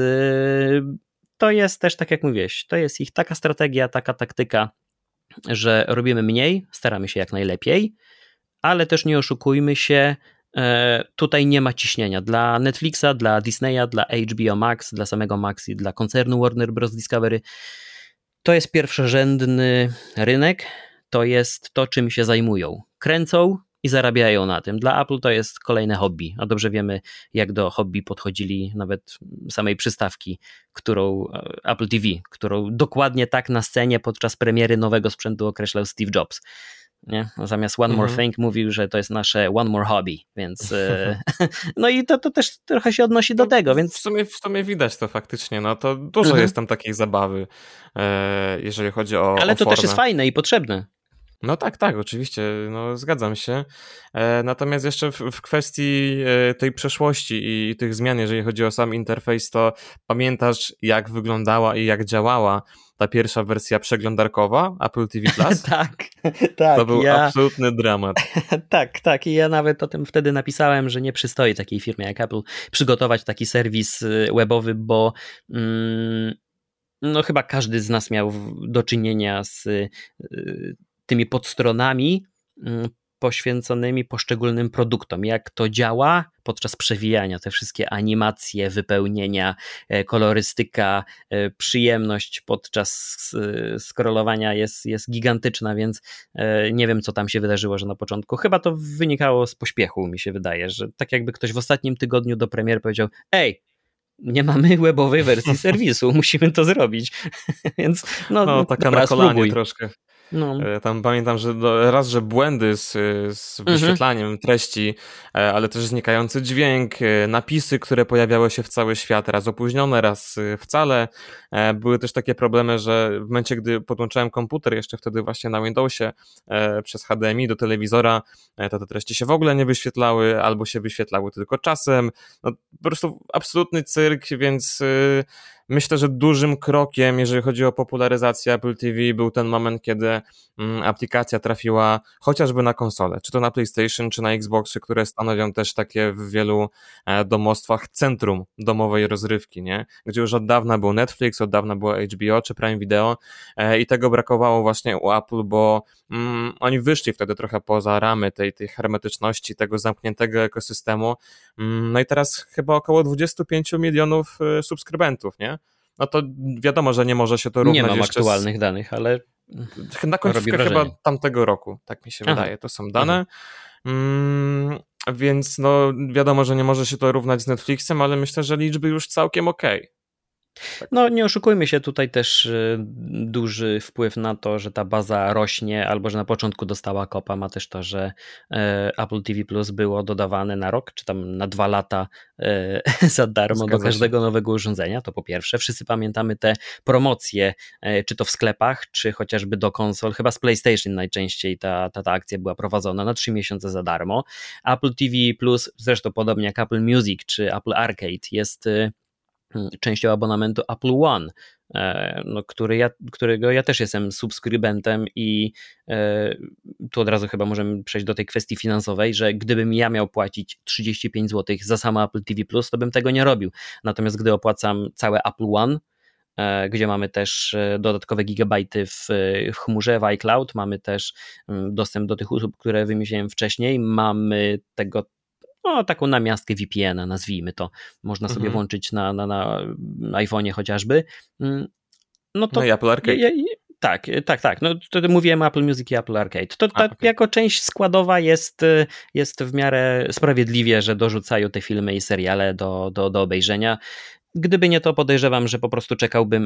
to jest też, tak jak mówiłeś, to jest ich taka strategia, taka taktyka, że robimy mniej, staramy się jak najlepiej, ale też nie oszukujmy się, tutaj nie ma ciśnienia dla Netflixa, dla Disneya, dla HBO Max, dla samego Max i dla koncernu Warner Bros. Discovery. To jest pierwszorzędny rynek, to jest to, czym się zajmują. Kręcą i zarabiają na tym. Dla Apple to jest kolejne hobby, a dobrze wiemy, jak do hobby podchodzili nawet samej przystawki, którą Apple TV, którą dokładnie tak na scenie podczas premiery nowego sprzętu określał Steve Jobs. Nie? Zamiast one more thing mówił, że to jest nasze one more hobby, więc no i to też trochę się odnosi do tego, więc w sumie widać to faktycznie, no to dużo jest tam takiej zabawy, jeżeli chodzi o ale to formę. też jest fajne i potrzebne. No tak, oczywiście, no zgadzam się. Natomiast jeszcze w kwestii tej przeszłości i tych zmian, jeżeli chodzi o sam interfejs, to pamiętasz, jak wyglądała i jak działała ta pierwsza wersja przeglądarkowa Apple TV Plus? Tak. To był absolutny dramat. Tak. I ja nawet o tym wtedy napisałem, że nie przystoi takiej firmie jak Apple przygotować taki serwis webowy, bo no chyba każdy z nas miał do czynienia z tymi podstronami poświęconymi poszczególnym produktom, jak to działa podczas przewijania, te wszystkie animacje, wypełnienia, kolorystyka, przyjemność podczas scrollowania jest gigantyczna, więc nie wiem, co tam się wydarzyło, że na początku, chyba to wynikało z pośpiechu, mi się wydaje, że tak jakby ktoś w ostatnim tygodniu do premiery powiedział: ej, nie mamy webowej wersji serwisu, musimy to zrobić. Więc taka na kolanie troszkę. No. Tam pamiętam, że raz, że błędy z wyświetlaniem treści, ale też znikający dźwięk, napisy, które pojawiały się w cały świat, raz opóźnione, raz wcale. Były też takie problemy, że w momencie, gdy podłączałem komputer, jeszcze wtedy właśnie na Windowsie, przez HDMI do telewizora, to te treści się w ogóle nie wyświetlały, albo się wyświetlały tylko czasem. No, po prostu absolutny cyrk, więc myślę, że dużym krokiem, jeżeli chodzi o popularyzację Apple TV, był ten moment, kiedy aplikacja trafiła chociażby na konsolę, czy to na PlayStation, czy na Xboxy, które stanowią też takie w wielu domostwach centrum domowej rozrywki, nie? Gdzie już od dawna był Netflix, od dawna było HBO czy Prime Video i tego brakowało właśnie u Apple, bo oni wyszli wtedy trochę poza ramy tej hermetyczności, tego zamkniętego ekosystemu. No i teraz chyba około 25 milionów subskrybentów, nie? No to wiadomo, że nie może się to równać Nie mam jeszcze aktualnych danych, ale na końcówkę chyba tamtego roku, tak mi się wydaje, to są dane. Więc no wiadomo, że nie może się to równać z Netflixem, ale myślę, że liczby już całkiem okej. Tak. No nie oszukujmy się, tutaj też duży wpływ na to, że ta baza rośnie, albo że na początku dostała kopa, ma też to, że Apple TV Plus było dodawane na rok, czy tam na 2 lata za darmo do każdego nowego urządzenia, to po pierwsze. Wszyscy pamiętamy te promocje, czy to w sklepach, czy chociażby do konsol, chyba z PlayStation najczęściej ta akcja była prowadzona na 3 miesiące za darmo. Apple TV Plus, zresztą podobnie jak Apple Music, czy Apple Arcade, jest częścią abonamentu Apple One, no, którego ja też jestem subskrybentem i tu od razu chyba możemy przejść do tej kwestii finansowej, że gdybym ja miał płacić 35 zł za samo Apple TV+, to bym tego nie robił. Natomiast gdy opłacam całe Apple One, gdzie mamy też dodatkowe gigabajty w chmurze, w iCloud, mamy też dostęp do tych usług, które wymyśliłem wcześniej, mamy tego taką namiastkę VPN-a, nazwijmy to. Można sobie włączyć na iPhone'ie chociażby. No to no i Apple Arcade. Tak. No to mówiłem Apple Music i Apple Arcade. To okay. Jako część składowa jest w miarę sprawiedliwie, że dorzucają te filmy i seriale do obejrzenia. Gdyby nie to, podejrzewam, że po prostu czekałbym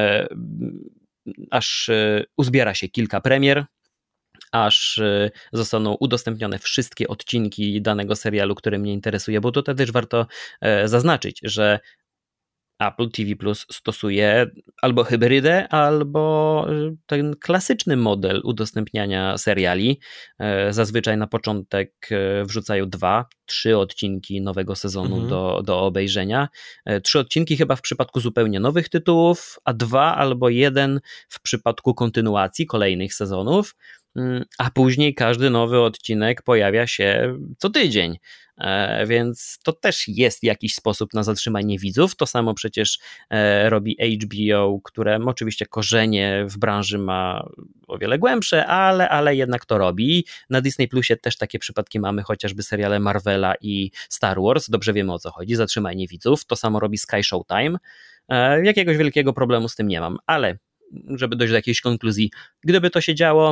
aż uzbiera się kilka premier, aż zostaną udostępnione wszystkie odcinki danego serialu, który mnie interesuje, bo tutaj też warto zaznaczyć, że Apple TV Plus stosuje albo hybrydę, albo ten klasyczny model udostępniania seriali. Zazwyczaj na początek wrzucają 2-3 odcinki nowego sezonu do obejrzenia. 3 odcinki chyba w przypadku zupełnie nowych tytułów, a 2 albo 1 w przypadku kontynuacji kolejnych sezonów. A później każdy nowy odcinek pojawia się co tydzień, więc to też jest jakiś sposób na zatrzymanie widzów. To samo przecież robi HBO, które oczywiście korzenie w branży ma o wiele głębsze, ale jednak to robi. Na Disney Plusie też takie przypadki mamy, chociażby seriale Marvela i Star Wars, dobrze wiemy, o co chodzi, zatrzymanie widzów. To samo robi Sky Showtime. Jakiegoś wielkiego problemu z tym nie mam, ale żeby dojść do jakiejś konkluzji, gdyby to się działo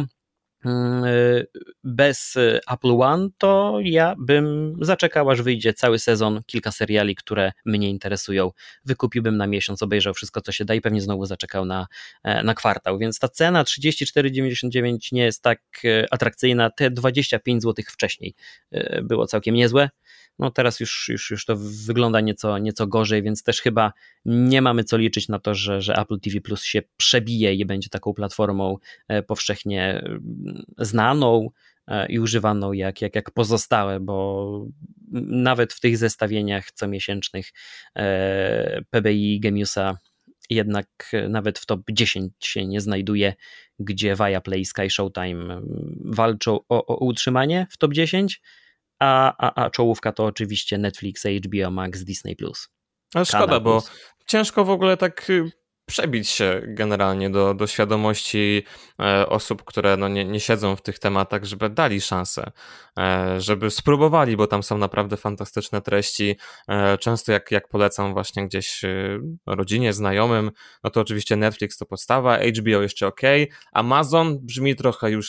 bez Apple One, to ja bym zaczekał, aż wyjdzie cały sezon, kilka seriali, które mnie interesują, wykupiłbym na miesiąc, obejrzał wszystko, co się da i pewnie znowu zaczekał na kwartał, więc ta cena 34,99 nie jest tak atrakcyjna. Te 25 zł wcześniej było całkiem niezłe. No teraz już to wygląda nieco gorzej, więc też chyba nie mamy co liczyć na to, że Apple TV Plus się przebije i będzie taką platformą powszechnie znaną i używaną jak pozostałe, bo nawet w tych zestawieniach comiesięcznych PBI Gemiusa jednak nawet w top 10 się nie znajduje, gdzie Viaplay i Sky Showtime walczą o utrzymanie w top 10, a czołówka to oczywiście Netflix, HBO Max, Disney+. Ale szkoda, bo ciężko w ogóle tak przebić się generalnie do świadomości osób, które no nie siedzą w tych tematach, żeby dali szansę, żeby spróbowali, bo tam są naprawdę fantastyczne treści. Często jak polecam właśnie gdzieś rodzinie, znajomym, no to oczywiście Netflix to podstawa, HBO jeszcze okej, Amazon brzmi trochę już tak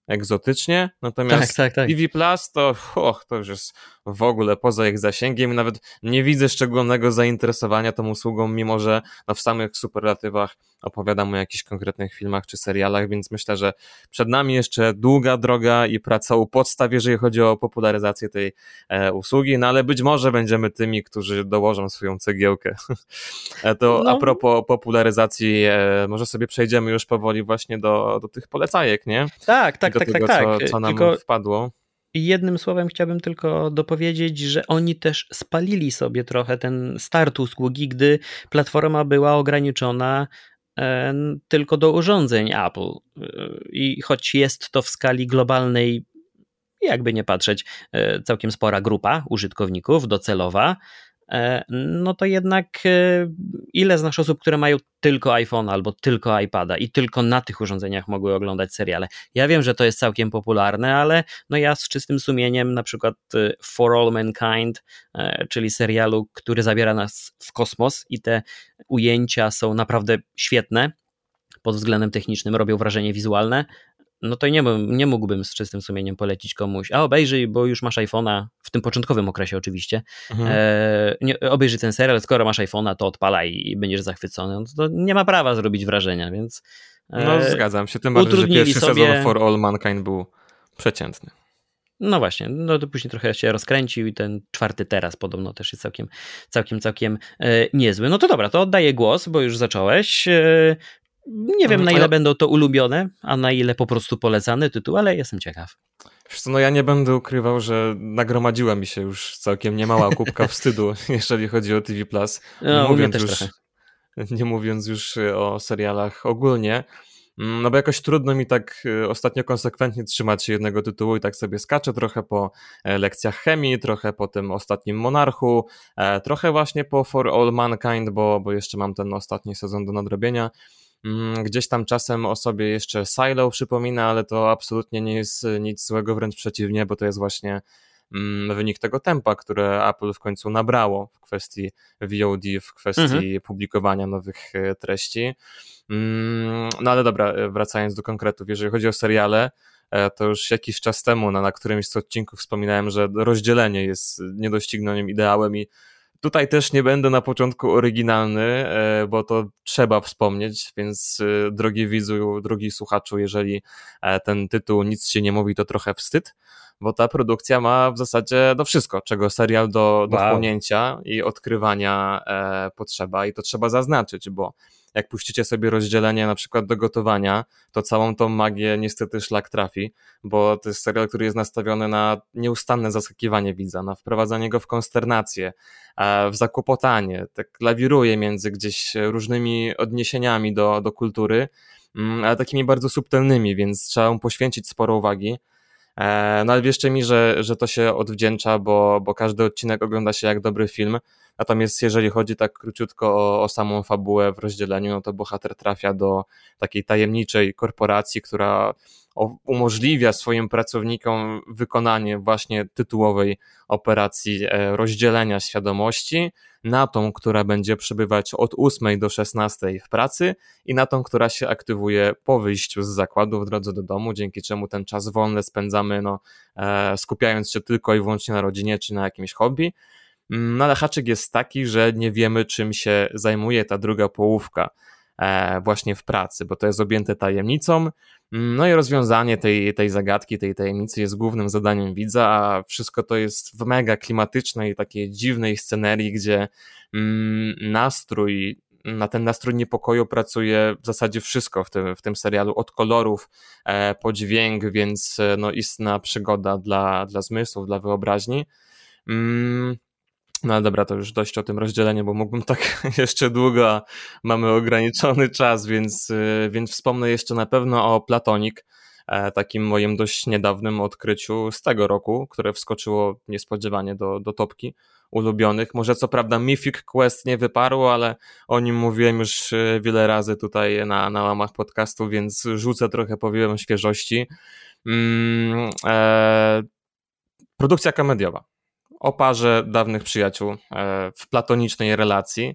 egzotycznie, natomiast Tak. TV Plus to już jest w ogóle poza ich zasięgiem i nawet nie widzę szczególnego zainteresowania tą usługą, mimo że w samych superlatywach opowiadam o jakichś konkretnych filmach czy serialach, więc myślę, że przed nami jeszcze długa droga i praca u podstaw, jeżeli chodzi o popularyzację tej usługi, no ale być może będziemy tymi, którzy dołożą swoją cegiełkę. To a propos popularyzacji, może sobie przejdziemy już powoli właśnie do tych polecajek, nie? Tak. Do tego, co nam wpadło. Jednym słowem chciałbym tylko dopowiedzieć, że oni też spalili sobie trochę ten start usługi, gdy platforma była ograniczona tylko do urządzeń Apple. I choć jest to w skali globalnej, jakby nie patrzeć, całkiem spora grupa użytkowników docelowa, no to jednak ile znasz osób, które mają tylko iPhone albo tylko iPada i tylko na tych urządzeniach mogły oglądać seriale. Ja wiem, że to jest całkiem popularne, ale no ja z czystym sumieniem na przykład For All Mankind, czyli serialu, który zabiera nas w kosmos i te ujęcia są naprawdę świetne pod względem technicznym, robią wrażenie wizualne, no to nie mógłbym z czystym sumieniem polecić komuś, a obejrzyj, bo już masz iPhone'a, w tym początkowym okresie oczywiście, obejrzyj ten serial, skoro masz iPhone'a, to odpalaj i będziesz zachwycony. No to nie ma prawa zrobić wrażenia, więc no zgadzam się, tym bardziej, że pierwszy sezon For All Mankind był przeciętny. No właśnie, no to później trochę się rozkręcił i ten czwarty teraz podobno też jest całkiem niezły. No to dobra, to oddaję głos, bo już zacząłeś. Nie wiem, na ile będą to ulubione, a na ile po prostu polecany tytuł, ale jestem ciekaw. Wiesz co, no ja nie będę ukrywał, że nagromadziła mi się już całkiem niemała kubka wstydu, jeżeli chodzi o TV+. Nie mówiąc już o serialach ogólnie. No bo jakoś trudno mi tak ostatnio konsekwentnie trzymać się jednego tytułu i tak sobie skaczę trochę po lekcjach chemii, trochę po tym ostatnim Monarchu, trochę właśnie po For All Mankind, bo jeszcze mam ten ostatni sezon do nadrobienia. Gdzieś tam czasem o sobie jeszcze Silo przypomina, ale to absolutnie nie jest nic złego, wręcz przeciwnie, bo to jest właśnie wynik tego tempa, które Apple w końcu nabrało w kwestii VOD, w kwestii publikowania nowych treści. No ale dobra, wracając do konkretów, jeżeli chodzi o seriale, to już jakiś czas temu na którymś z odcinków wspominałem, że rozdzielenie jest niedoścignionym ideałem i tutaj też nie będę na początku oryginalny, bo to trzeba wspomnieć, więc drogi widzu, drogi słuchaczu, jeżeli ten tytuł nic się nie mówi, to trochę wstyd, bo ta produkcja ma w zasadzie wszystko, czego serial do wchłonięcia i odkrywania potrzeba i to trzeba zaznaczyć, bo jak puścicie sobie rozdzielenie na przykład do gotowania, to całą tą magię niestety szlak trafi, bo to jest serial, który jest nastawiony na nieustanne zaskakiwanie widza, na wprowadzanie go w konsternację, w zakłopotanie, tak lawiruje między gdzieś różnymi odniesieniami do kultury, ale takimi bardzo subtelnymi, więc trzeba mu poświęcić sporo uwagi. No ale wierzcie mi, że to się odwdzięcza, bo każdy odcinek ogląda się jak dobry film. Natomiast jeżeli chodzi tak króciutko o samą fabułę w rozdzieleniu, no to bohater trafia do takiej tajemniczej korporacji, która umożliwia swoim pracownikom wykonanie właśnie tytułowej operacji rozdzielenia świadomości na tą, która będzie przebywać od 8 do 16 w pracy i na tą, która się aktywuje po wyjściu z zakładu w drodze do domu, dzięki czemu ten czas wolny spędzamy skupiając się tylko i wyłącznie na rodzinie czy na jakimś hobby. No ale haczyk jest taki, że nie wiemy, czym się zajmuje ta druga połówka właśnie w pracy, bo to jest objęte tajemnicą, no i rozwiązanie tej zagadki, tej tajemnicy jest głównym zadaniem widza, a wszystko to jest w mega klimatycznej, takiej dziwnej scenerii, gdzie na ten nastrój niepokoju pracuje w zasadzie wszystko w tym serialu, od kolorów po dźwięk, więc istna przygoda dla zmysłów, dla wyobraźni. No ale dobra, to już dość o tym rozdzieleniu, bo mógłbym tak jeszcze długo, a mamy ograniczony czas, więc wspomnę jeszcze na pewno o Platonic, takim moim dość niedawnym odkryciu z tego roku, które wskoczyło niespodziewanie do topki ulubionych. Może co prawda Mythic Quest nie wyparło, ale o nim mówiłem już wiele razy tutaj na łamach podcastu, więc rzucę trochę powiem świeżości. Produkcja komediowa o parze dawnych przyjaciół w platonicznej relacji,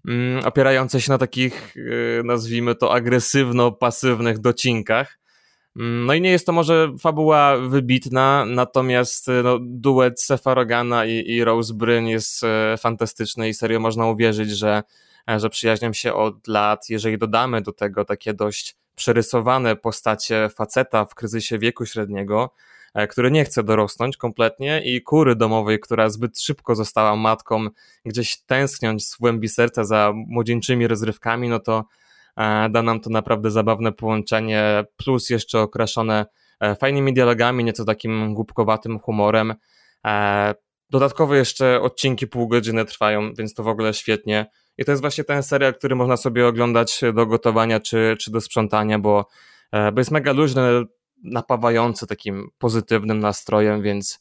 opierającej się na takich, nazwijmy to, agresywno-pasywnych docinkach, No i nie jest to może fabuła wybitna, natomiast no, duet Sefa Rogana i Rose Byrne jest fantastyczny i serio można uwierzyć, że przyjaźnią się od lat. Jeżeli dodamy do tego takie dość przerysowane postacie faceta w kryzysie wieku średniego, który nie chce dorosnąć kompletnie, i kury domowej, która zbyt szybko została matką, gdzieś tęskniąc w głębi serca za młodzieńczymi rozrywkami, no to da nam to naprawdę zabawne połączenie, plus jeszcze okraszone fajnymi dialogami, nieco takim głupkowatym humorem. Dodatkowo jeszcze odcinki pół godziny trwają, więc to w ogóle świetnie. I to jest właśnie ten serial, który można sobie oglądać do gotowania czy do sprzątania, bo jest mega luźny, napawający takim pozytywnym nastrojem, więc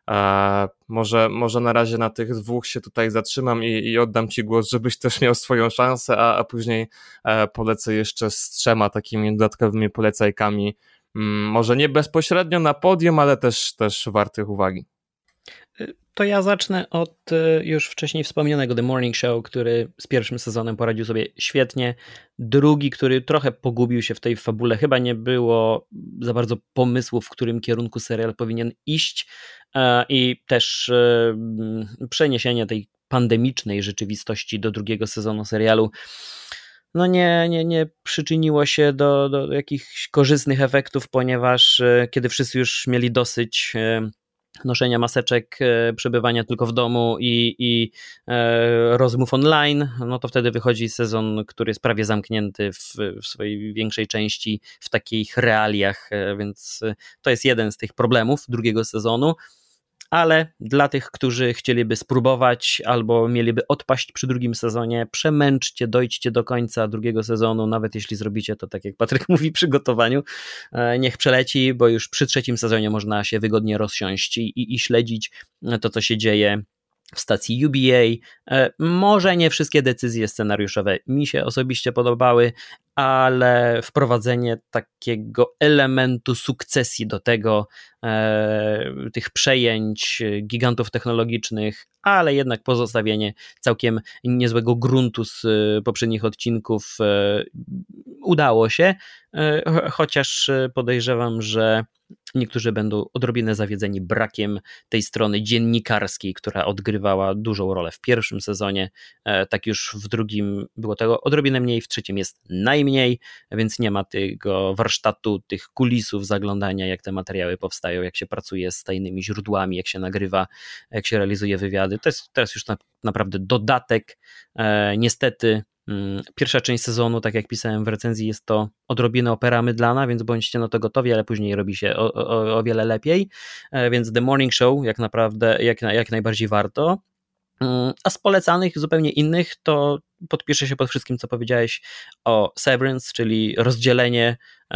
może na razie na tych dwóch się tutaj zatrzymam i oddam ci głos, żebyś też miał swoją szansę, a później polecę jeszcze z 3 takimi dodatkowymi polecajkami, może nie bezpośrednio na podium, ale też wartych uwagi. To ja zacznę od już wcześniej wspomnianego The Morning Show, który z pierwszym sezonem poradził sobie świetnie. Drugi, który trochę pogubił się w tej fabule, chyba nie było za bardzo pomysłu, w którym kierunku serial powinien iść, i też przeniesienie tej pandemicznej rzeczywistości do drugiego sezonu serialu no nie przyczyniło się do jakichś korzystnych efektów, ponieważ kiedy wszyscy już mieli dosyć noszenia maseczek, przebywania tylko w domu i rozmów online, no to wtedy wychodzi sezon, który jest prawie zamknięty w swojej większej części w takich realiach, więc to jest jeden z tych problemów drugiego sezonu. Ale dla tych, którzy chcieliby spróbować albo mieliby odpaść przy drugim sezonie, przemęczcie, dojdźcie do końca drugiego sezonu, nawet jeśli zrobicie to tak jak Patryk mówi przy gotowaniu, niech przeleci, bo już przy 3 sezonie można się wygodnie rozsiąść i śledzić to, co się dzieje w stacji UBA. Może nie wszystkie decyzje scenariuszowe mi się osobiście podobały, ale wprowadzenie takiego elementu sukcesji do tego, tych przejęć gigantów technologicznych, ale jednak pozostawienie całkiem niezłego gruntu z poprzednich odcinków udało się, chociaż podejrzewam, że niektórzy będą odrobinę zawiedzeni brakiem tej strony dziennikarskiej, która odgrywała dużą rolę w pierwszym sezonie, tak już w drugim było tego odrobinę mniej, w trzecim jest najmniej, więc nie ma tego warsztatu, tych kulisów zaglądania, jak te materiały powstają, jak się pracuje z tajnymi źródłami, jak się nagrywa, jak się realizuje wywiady. To jest teraz już naprawdę dodatek. Niestety pierwsza część sezonu, tak jak pisałem w recenzji, jest to odrobinę opera mydlana, więc bądźcie na to gotowi, ale później robi się o wiele lepiej, więc The Morning Show jak naprawdę, jak najbardziej warto. A z polecanych zupełnie innych to podpiszę się pod wszystkim, co powiedziałeś o Severance, czyli rozdzielenie,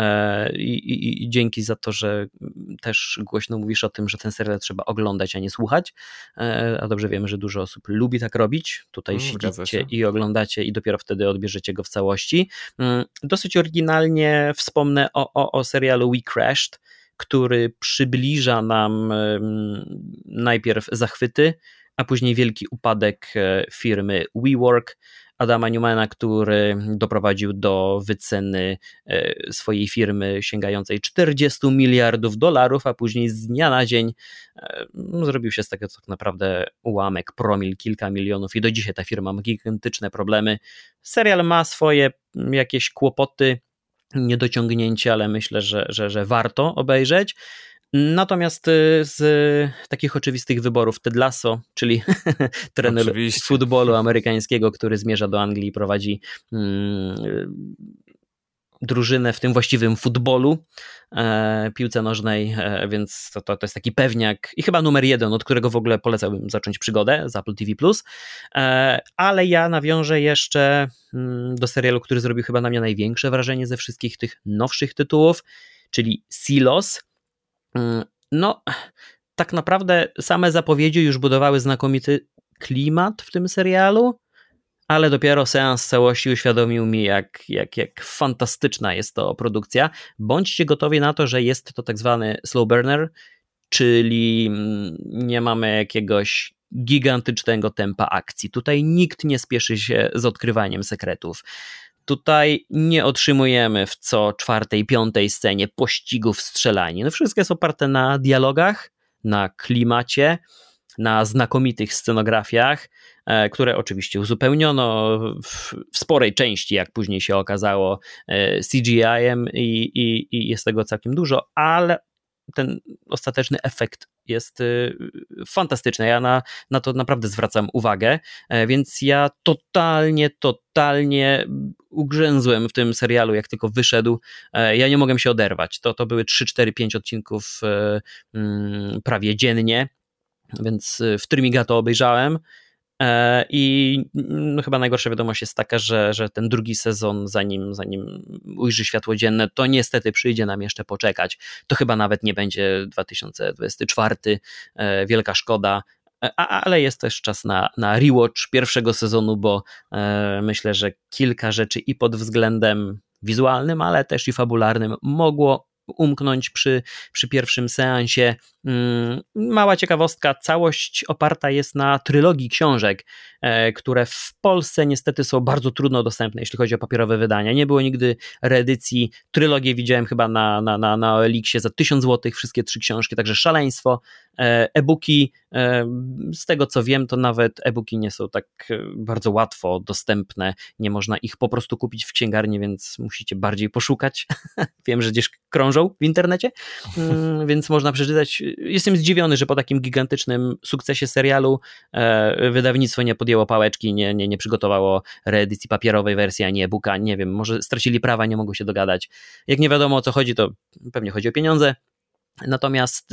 i dzięki za to, że też głośno mówisz o tym, że ten serial trzeba oglądać, a nie słuchać, a dobrze wiemy, że dużo osób lubi tak robić, tutaj siedzicie i oglądacie i dopiero wtedy odbierzecie go w całości. Dosyć oryginalnie wspomnę o serialu We Crashed, który przybliża nam najpierw zachwyty, a później wielki upadek firmy WeWork, Adama Newmana, który doprowadził do wyceny swojej firmy sięgającej $40 miliardów, a później z dnia na dzień zrobił się z tego tak naprawdę ułamek, promil, kilka milionów i do dzisiaj ta firma ma gigantyczne problemy. Serial ma swoje jakieś kłopoty, niedociągnięcia, ale myślę, że warto obejrzeć. Natomiast z takich oczywistych wyborów Ted Lasso, czyli trener futbolu amerykańskiego, który zmierza do Anglii i prowadzi drużynę w tym właściwym futbolu, piłce nożnej, więc to jest taki pewniak i chyba numer 1, od którego w ogóle polecałbym zacząć przygodę z Apple TV+. Ale ja nawiążę jeszcze do serialu, który zrobił chyba na mnie największe wrażenie ze wszystkich tych nowszych tytułów, czyli Silos. No, tak naprawdę same zapowiedzi już budowały znakomity klimat w tym serialu, ale dopiero seans całości uświadomił mi, jak fantastyczna jest to produkcja. Bądźcie gotowi na to, że jest to tak zwany slow burner, czyli nie mamy jakiegoś gigantycznego tempa akcji. Tutaj nikt nie spieszy się z odkrywaniem sekretów. Tutaj nie otrzymujemy w co czwartej, piątej scenie pościgów, strzelanin. No wszystko jest oparte na dialogach, na klimacie, na znakomitych scenografiach, które oczywiście uzupełniono w sporej części, jak później się okazało, CGI-em i jest tego całkiem dużo, ale ten ostateczny efekt jest fantastyczny. Ja na to naprawdę zwracam uwagę, więc ja totalnie ugrzęzłem w tym serialu, jak tylko wyszedł. Ja nie mogłem się oderwać. To były 3, 4, 5 odcinków prawie dziennie, więc w Trymiga to obejrzałem. I no, chyba najgorsza wiadomość jest taka, że ten drugi sezon, zanim ujrzy światło dzienne, to niestety przyjdzie nam jeszcze poczekać. To chyba nawet nie będzie 2024, wielka szkoda, ale jest też czas na rewatch pierwszego sezonu, bo myślę, że kilka rzeczy i pod względem wizualnym, ale też i fabularnym mogło umknąć przy pierwszym seansie. Mała ciekawostka, całość oparta jest na trylogii książek, które w Polsce niestety są bardzo trudno dostępne, jeśli chodzi o papierowe wydania. Nie było nigdy reedycji. Trylogię widziałem chyba na Elixie za 1000 zł, wszystkie 3 książki, także szaleństwo. E-booki, z tego co wiem, to nawet e-booki nie są tak bardzo łatwo dostępne. Nie można ich po prostu kupić w księgarni, więc musicie bardziej poszukać. Wiem, że gdzieś krążą w internecie, więc można przeczytać. Jestem zdziwiony, że po takim gigantycznym sukcesie serialu wydawnictwo nie podjęło pałeczki, nie przygotowało reedycji papierowej wersji, a nie e-booka. Nie wiem, może stracili prawa, nie mogą się dogadać. Jak nie wiadomo o co chodzi, to pewnie chodzi o pieniądze. Natomiast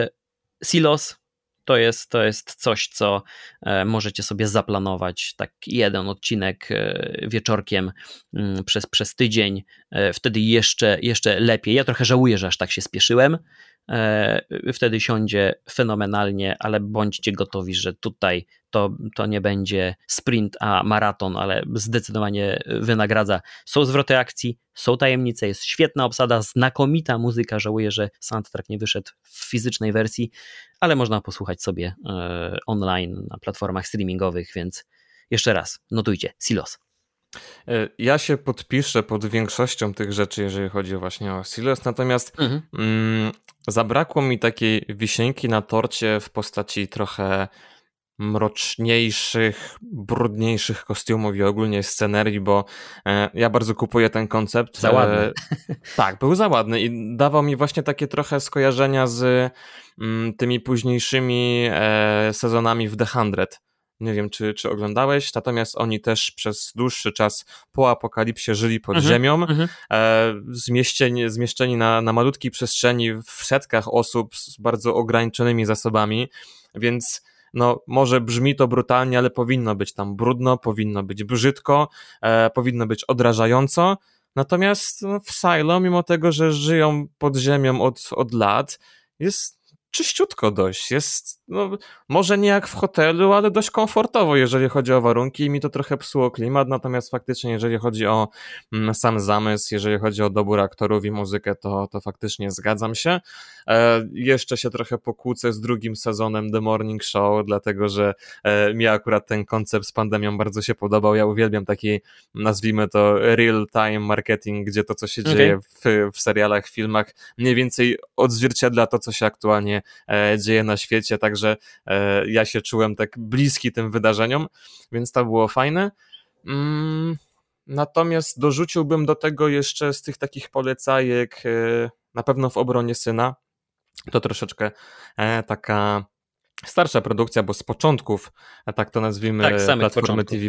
Silos to jest coś, co możecie sobie zaplanować, tak jeden odcinek wieczorkiem przez tydzień, wtedy jeszcze lepiej. Ja trochę żałuję, że aż tak się spieszyłem, wtedy siądzie fenomenalnie, ale bądźcie gotowi, że tutaj to nie będzie sprint, a maraton, ale zdecydowanie wynagradza. Są zwroty akcji, są tajemnice, jest świetna obsada, znakomita muzyka. Żałuję, że soundtrack nie wyszedł w fizycznej wersji, ale można posłuchać sobie online na platformach streamingowych, więc jeszcze raz, notujcie, Silos. Ja się podpiszę pod większością tych rzeczy, jeżeli chodzi właśnie o Silos, natomiast zabrakło mi takiej wisienki na torcie w postaci trochę mroczniejszych, brudniejszych kostiumów i ogólnie scenerii, bo ja bardzo kupuję ten koncept. Za ładny. Tak, był za ładny i dawał mi właśnie takie trochę skojarzenia z tymi późniejszymi sezonami w The 100. Nie wiem, czy oglądałeś, natomiast oni też przez dłuższy czas po apokalipsie żyli pod ziemią, zmieszczeni na malutkiej przestrzeni w setkach osób z bardzo ograniczonymi zasobami, więc no może brzmi to brutalnie, ale powinno być tam brudno, powinno być brzydko, powinno być odrażająco, natomiast w Silo, mimo tego, że żyją pod ziemią od lat, jest czyściutko dość, jest może nie jak w hotelu, ale dość komfortowo, jeżeli chodzi o warunki i mi to trochę psuło klimat, natomiast faktycznie jeżeli chodzi o sam zamysł, jeżeli chodzi o dobór aktorów i muzykę, to faktycznie zgadzam się. Jeszcze się trochę pokłócę z drugim sezonem The Morning Show, dlatego że mi akurat ten koncept z pandemią bardzo się podobał, ja uwielbiam taki, nazwijmy to real-time marketing, gdzie to co się dzieje w serialach, filmach mniej więcej odzwierciedla to co się aktualnie dzieje na świecie, także ja się czułem tak bliski tym wydarzeniom, więc to było fajne. Natomiast dorzuciłbym do tego jeszcze z tych takich polecajek na pewno W obronie syna. To troszeczkę taka starsza produkcja, bo z początków, tak to nazwijmy, tak, platformy TV+.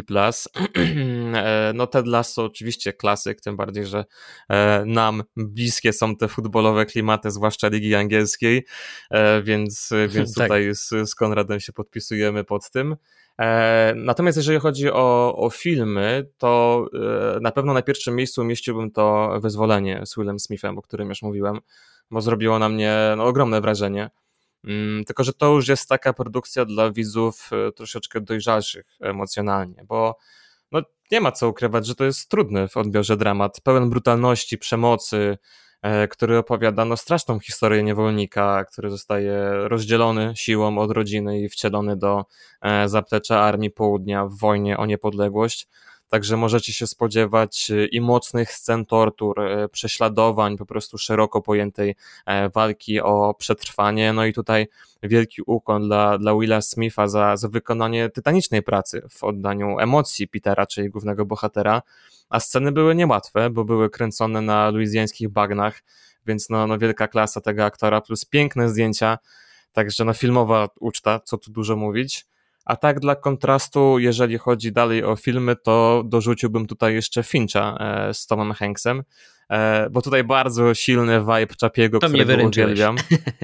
No Ted Lasso oczywiście klasyk, tym bardziej, że nam bliskie są te futbolowe klimaty, zwłaszcza ligi angielskiej, więc tutaj z Konradem się podpisujemy pod tym. Natomiast jeżeli chodzi o filmy, to na pewno na pierwszym miejscu umieściłbym to Wyzwolenie z Willem Smithem, o którym już mówiłem, bo zrobiło na mnie ogromne wrażenie. Tylko że to już jest taka produkcja dla widzów troszeczkę dojrzalszych emocjonalnie, bo nie ma co ukrywać, że to jest trudny w odbiorze dramat, pełen brutalności, przemocy, który opowiada straszną historię niewolnika, który zostaje rozdzielony siłą od rodziny i wcielony do zaplecza Armii Południa w wojnie o niepodległość. także możecie się spodziewać i mocnych scen tortur, prześladowań, po prostu szeroko pojętej walki o przetrwanie. No i tutaj wielki ukłon dla Willa Smitha za wykonanie tytanicznej pracy w oddaniu emocji Petera, czyli głównego bohatera, a sceny były niełatwe, bo były kręcone na luizjańskich bagnach, więc no wielka klasa tego aktora, plus piękne zdjęcia, także no filmowa uczta, co tu dużo mówić. A tak dla kontrastu, jeżeli chodzi dalej o filmy, to dorzuciłbym tutaj jeszcze Fincha z Tomem Hanksem, bo tutaj bardzo silny vibe Chapiego, To mnie którego wyręczyłeś. uwielbiam.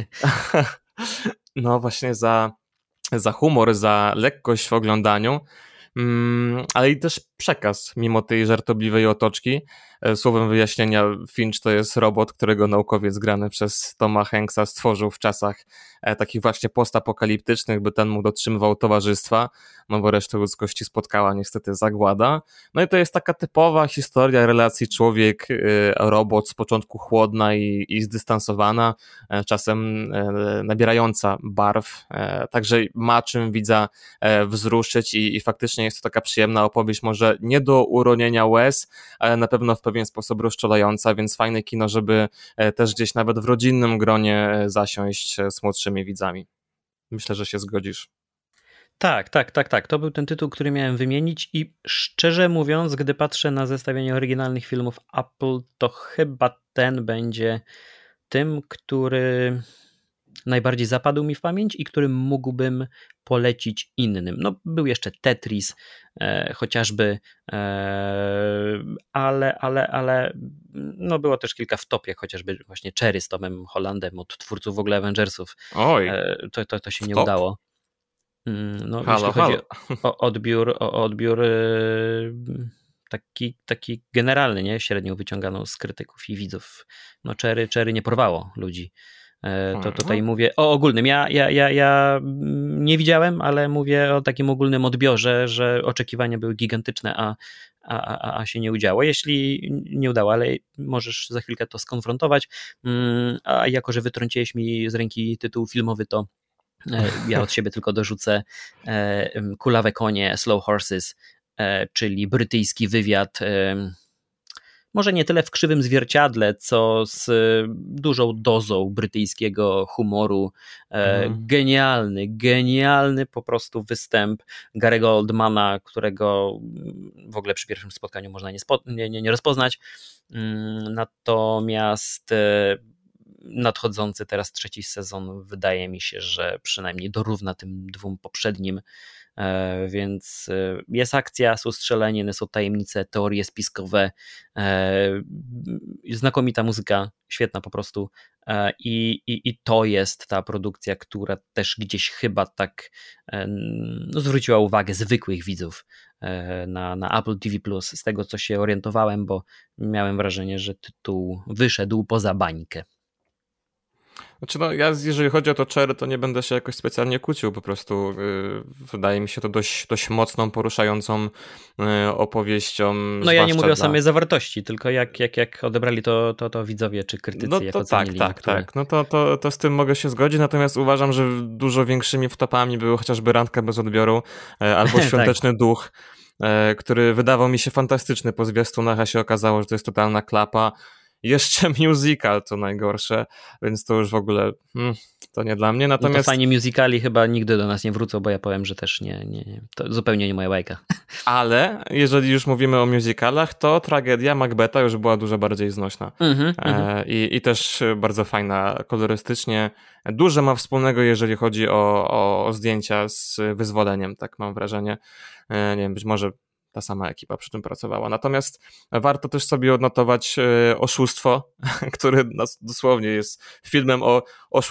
No właśnie za humor, za lekkość w oglądaniu, ale i też przekaz, mimo tej żartobliwej otoczki. Słowem wyjaśnienia, Finch to jest robot, którego naukowiec grany przez Toma Hanksa stworzył w czasach takich właśnie postapokaliptycznych, by ten mu dotrzymywał towarzystwa, no bo resztę ludzkości spotkała niestety zagłada. No i to jest taka typowa historia relacji człowiek-robot, z początku chłodna i zdystansowana, czasem nabierająca barw, także ma czym widza wzruszyć i faktycznie jest to taka przyjemna opowieść, może nie do uronienia łez, ale na pewno w pewien sposób rozczulająca, więc fajne kino, żeby też gdzieś nawet w rodzinnym gronie zasiąść z młodszymi widzami. Myślę, że się zgodzisz. Tak. To był ten tytuł, który miałem wymienić i szczerze mówiąc, gdy patrzę na zestawienie oryginalnych filmów Apple, to chyba ten będzie tym, który najbardziej zapadł mi w pamięć i którym mógłbym polecić innym. No, był jeszcze Tetris, chociażby, ale no było też kilka w topie, chociażby właśnie Cherry z Tomem Hollandem od twórców w ogóle Avengersów. Oj, to się nie udało. No, halo, jeśli chodzi halo. o odbiór taki generalny, nie? Średnią wyciąganą z krytyków i widzów. No Cherry nie porwało ludzi. To tutaj mówię o ogólnym. Ja nie widziałem, ale mówię o takim ogólnym odbiorze, że oczekiwania były gigantyczne, a się nie udało. Jeśli nie udało, ale możesz za chwilkę to skonfrontować. A jako, że wytrąciłeś mi z ręki tytuł filmowy, to ja od siebie tylko dorzucę Kulawe konie, Slow Horses, czyli brytyjski wywiad, może nie tyle w krzywym zwierciadle, co z dużą dozą brytyjskiego humoru. Genialny po prostu występ Gary'ego Oldmana, którego w ogóle przy pierwszym spotkaniu można nie rozpoznać. Natomiast nadchodzący teraz 3. sezon wydaje mi się, że przynajmniej dorówna tym 2 poprzednim, więc jest akcja, są strzelaniny, są tajemnice, teorie spiskowe, znakomita muzyka, świetna po prostu, i to jest ta produkcja, która też gdzieś chyba tak zwróciła uwagę zwykłych widzów na Apple TV+, z tego co się orientowałem, bo miałem wrażenie, że tytuł wyszedł poza bańkę. Znaczy no, ja jeżeli chodzi o to Cherry, to nie będę się jakoś specjalnie kłócił, po prostu wydaje mi się to dość mocną, poruszającą opowieścią. No ja nie mówię o samej zawartości, tylko jak odebrali to widzowie czy krytycy, no jak to ocenili. tak. No to z tym mogę się zgodzić, natomiast uważam, że dużo większymi wtopami były chociażby Randka bez odbioru albo Świąteczny Duch, który wydawał mi się fantastyczny po zwiastunach, a się okazało, że to jest totalna klapa. Jeszcze musical to najgorsze, więc to już w ogóle to nie dla mnie. Natomiast no to fajnie musicali chyba nigdy do nas nie wrócą, bo ja powiem, że też nie, to zupełnie nie moja bajka. Ale jeżeli już mówimy o musicalach, to tragedia Macbetha już była dużo bardziej znośna. I też bardzo fajna kolorystycznie. Dużo ma wspólnego, jeżeli chodzi o zdjęcia z Wyzwoleniem, tak mam wrażenie. Nie wiem, być może ta sama ekipa przy tym pracowała. Natomiast warto też sobie odnotować Oszustwo, które dosłownie jest filmem o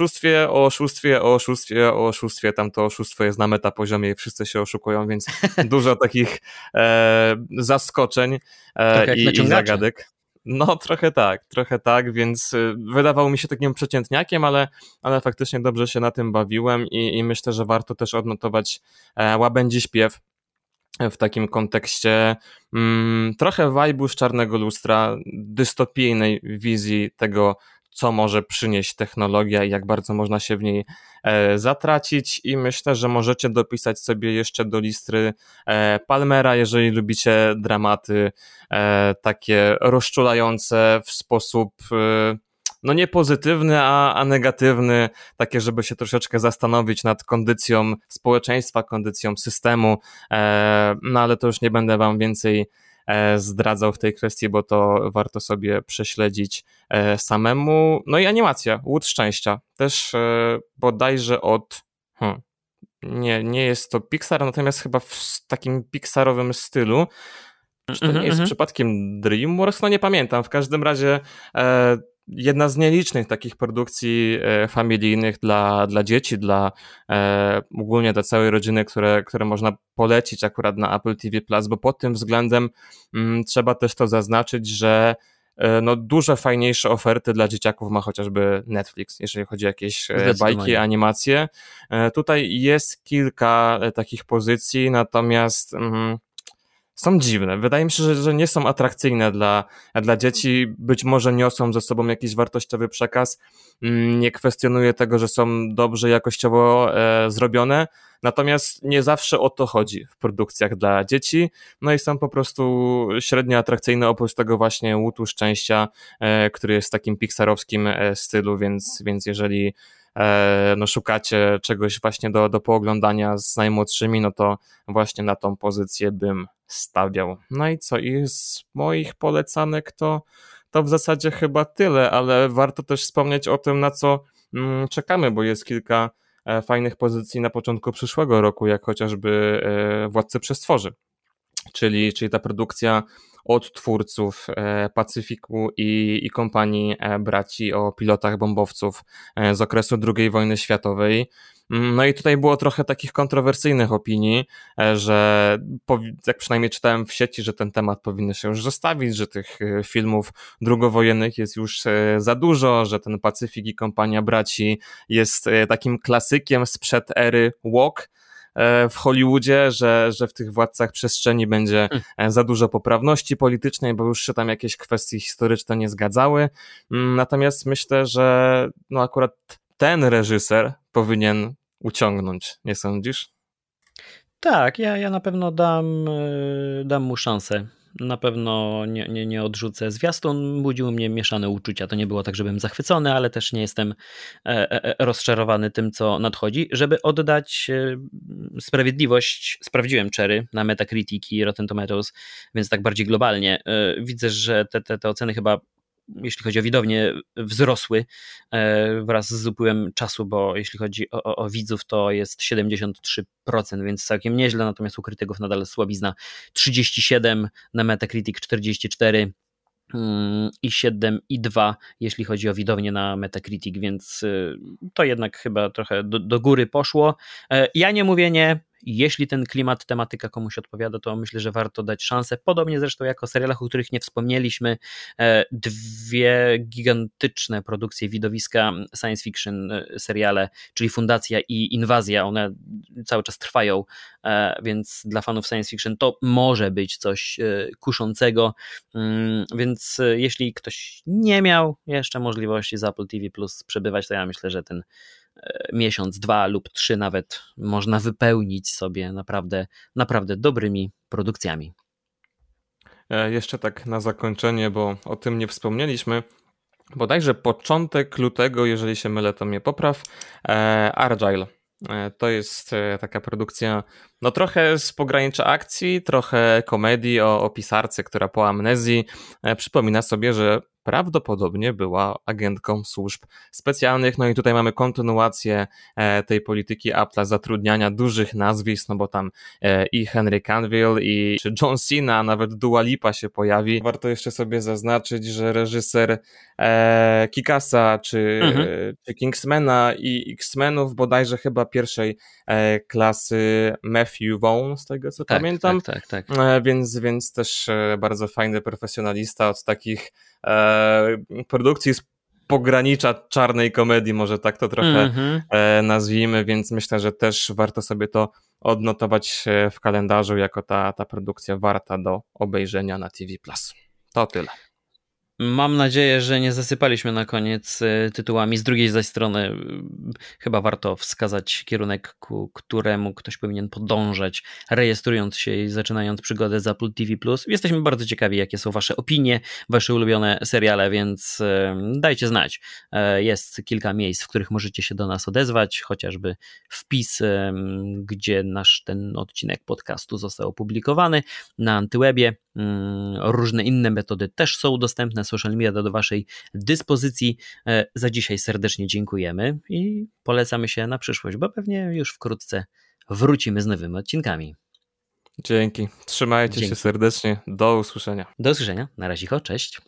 oszustwie. Tam to oszustwo jest na metapoziomie i wszyscy się oszukują, więc dużo takich zaskoczeń i zagadek. No trochę tak, więc wydawało mi się takim przeciętniakiem, ale faktycznie dobrze się na tym bawiłem i myślę, że warto też odnotować Łabędzi śpiew, w takim kontekście trochę vibe'u z Czarnego Lustra, dystopijnej wizji tego, co może przynieść technologia i jak bardzo można się w niej zatracić i myślę, że możecie dopisać sobie jeszcze do listy Palmera, jeżeli lubicie dramaty takie rozczulające w sposób no nie pozytywny, a negatywny, takie, żeby się troszeczkę zastanowić nad kondycją społeczeństwa, kondycją systemu, no ale to już nie będę wam więcej zdradzał w tej kwestii, bo to warto sobie prześledzić samemu. No i animacja, Łód Szczęścia, też bodajże od nie jest to Pixar, natomiast chyba w takim pixarowym stylu. Czy to nie jest przypadkiem DreamWorks? No nie pamiętam, w każdym razie jedna z nielicznych takich produkcji familijnych dla dzieci, ogólnie dla całej rodziny, które można polecić akurat na Apple TV+, bo pod tym względem trzeba też to zaznaczyć, że no dużo fajniejsze oferty dla dzieciaków ma chociażby Netflix, jeżeli chodzi o jakieś bajki, animacje. Tutaj jest kilka takich pozycji, natomiast są dziwne. Wydaje mi się, że nie są atrakcyjne dla dzieci. Być może niosą ze sobą jakiś wartościowy przekaz. Nie kwestionuję tego, że są dobrze jakościowo zrobione. Natomiast nie zawsze o to chodzi w produkcjach dla dzieci. No i są po prostu średnio atrakcyjne, oprócz tego właśnie Łutu Szczęścia, który jest w takim pixarowskim stylu, więc jeżeli no szukacie czegoś właśnie do pooglądania z najmłodszymi, no to właśnie na tą pozycję bym stawiał. No i co? I z moich polecanek to w zasadzie chyba tyle, ale warto też wspomnieć o tym, na co czekamy, bo jest kilka fajnych pozycji na początku przyszłego roku, jak chociażby Władcy Przestworzy, czyli ta produkcja od twórców Pacyfiku i kompanii braci o pilotach bombowców z okresu II wojny światowej. No i tutaj było trochę takich kontrowersyjnych opinii, że jak przynajmniej czytałem w sieci, że ten temat powinno się już zostawić, że tych filmów drugowojennych jest już za dużo, że ten Pacyfik i kompania braci jest takim klasykiem sprzed ery woke w Hollywoodzie, że w tych Władcach Przestrzeni będzie za dużo poprawności politycznej, bo już się tam jakieś kwestie historyczne nie zgadzały. Natomiast myślę, że no akurat ten reżyser powinien uciągnąć, nie sądzisz? Tak, ja na pewno dam mu szansę. Na pewno nie odrzucę. Zwiastun budził mnie mieszane uczucia. To nie było tak, że byłem zachwycony, ale też nie jestem rozczarowany tym, co nadchodzi. Żeby oddać sprawiedliwość, sprawdziłem Cherry na Metacritic i Rotten Tomatoes, więc tak bardziej globalnie. Widzę, że te oceny chyba, jeśli chodzi o widownię, wzrosły wraz z upływem czasu, bo jeśli chodzi o widzów, to jest 73%, więc całkiem nieźle, natomiast u krytyków nadal słabizna. 37, na Metacritic 44 i 7,2 jeśli chodzi o widownię na Metacritic, więc to jednak chyba trochę do góry poszło. Ja nie mówię nie. Jeśli ten klimat, tematyka komuś odpowiada, to myślę, że warto dać szansę. Podobnie zresztą jak o serialach, o których nie wspomnieliśmy. Dwie gigantyczne produkcje widowiska science fiction seriale, czyli Fundacja i Inwazja, one cały czas trwają, więc dla fanów science fiction to może być coś kuszącego, więc jeśli ktoś nie miał jeszcze możliwości z Apple TV Plus przebywać, to ja myślę, że ten miesiąc, 2 lub 3 nawet można wypełnić sobie naprawdę dobrymi produkcjami. Jeszcze tak na zakończenie, bo o tym nie wspomnieliśmy. Bodajże początek lutego, jeżeli się mylę, to mnie popraw. Argyle. To jest taka produkcja, no trochę z pogranicza akcji, trochę komedii o pisarce, która po amnezji przypomina sobie, że prawdopodobnie była agentką służb specjalnych. No i tutaj mamy kontynuację tej polityki Apple'a zatrudniania dużych nazwisk, no bo tam i Henry Cavill, czy John Cena, a nawet Dua Lipa się pojawi. Warto jeszcze sobie zaznaczyć, że reżyser Kikasa, czy Kingsmana i X-Menów, bodajże chyba pierwszej klasy Matthew Vaughn, z tego co pamiętam. Tak. Więc też bardzo fajny profesjonalista od takich produkcji z pogranicza czarnej komedii, może tak to trochę nazwijmy, więc myślę, że też warto sobie to odnotować w kalendarzu jako ta produkcja warta do obejrzenia na TV+. To tyle. Mam nadzieję, że nie zasypaliśmy na koniec tytułami. Z drugiej zaś strony chyba warto wskazać kierunek, ku któremu ktoś powinien podążać, rejestrując się i zaczynając przygodę z Apple TV+. Jesteśmy bardzo ciekawi, jakie są wasze opinie, wasze ulubione seriale, więc dajcie znać. Jest kilka miejsc, w których możecie się do nas odezwać, chociażby wpis, gdzie nasz ten odcinek podcastu został opublikowany na Antywebie. Różne inne metody też są dostępne, social media do waszej dyspozycji. Za dzisiaj serdecznie dziękujemy i polecamy się na przyszłość, bo pewnie już wkrótce wrócimy z nowymi odcinkami. Dzięki. Trzymajcie się serdecznie. Do usłyszenia. Do usłyszenia. Na razie, cześć.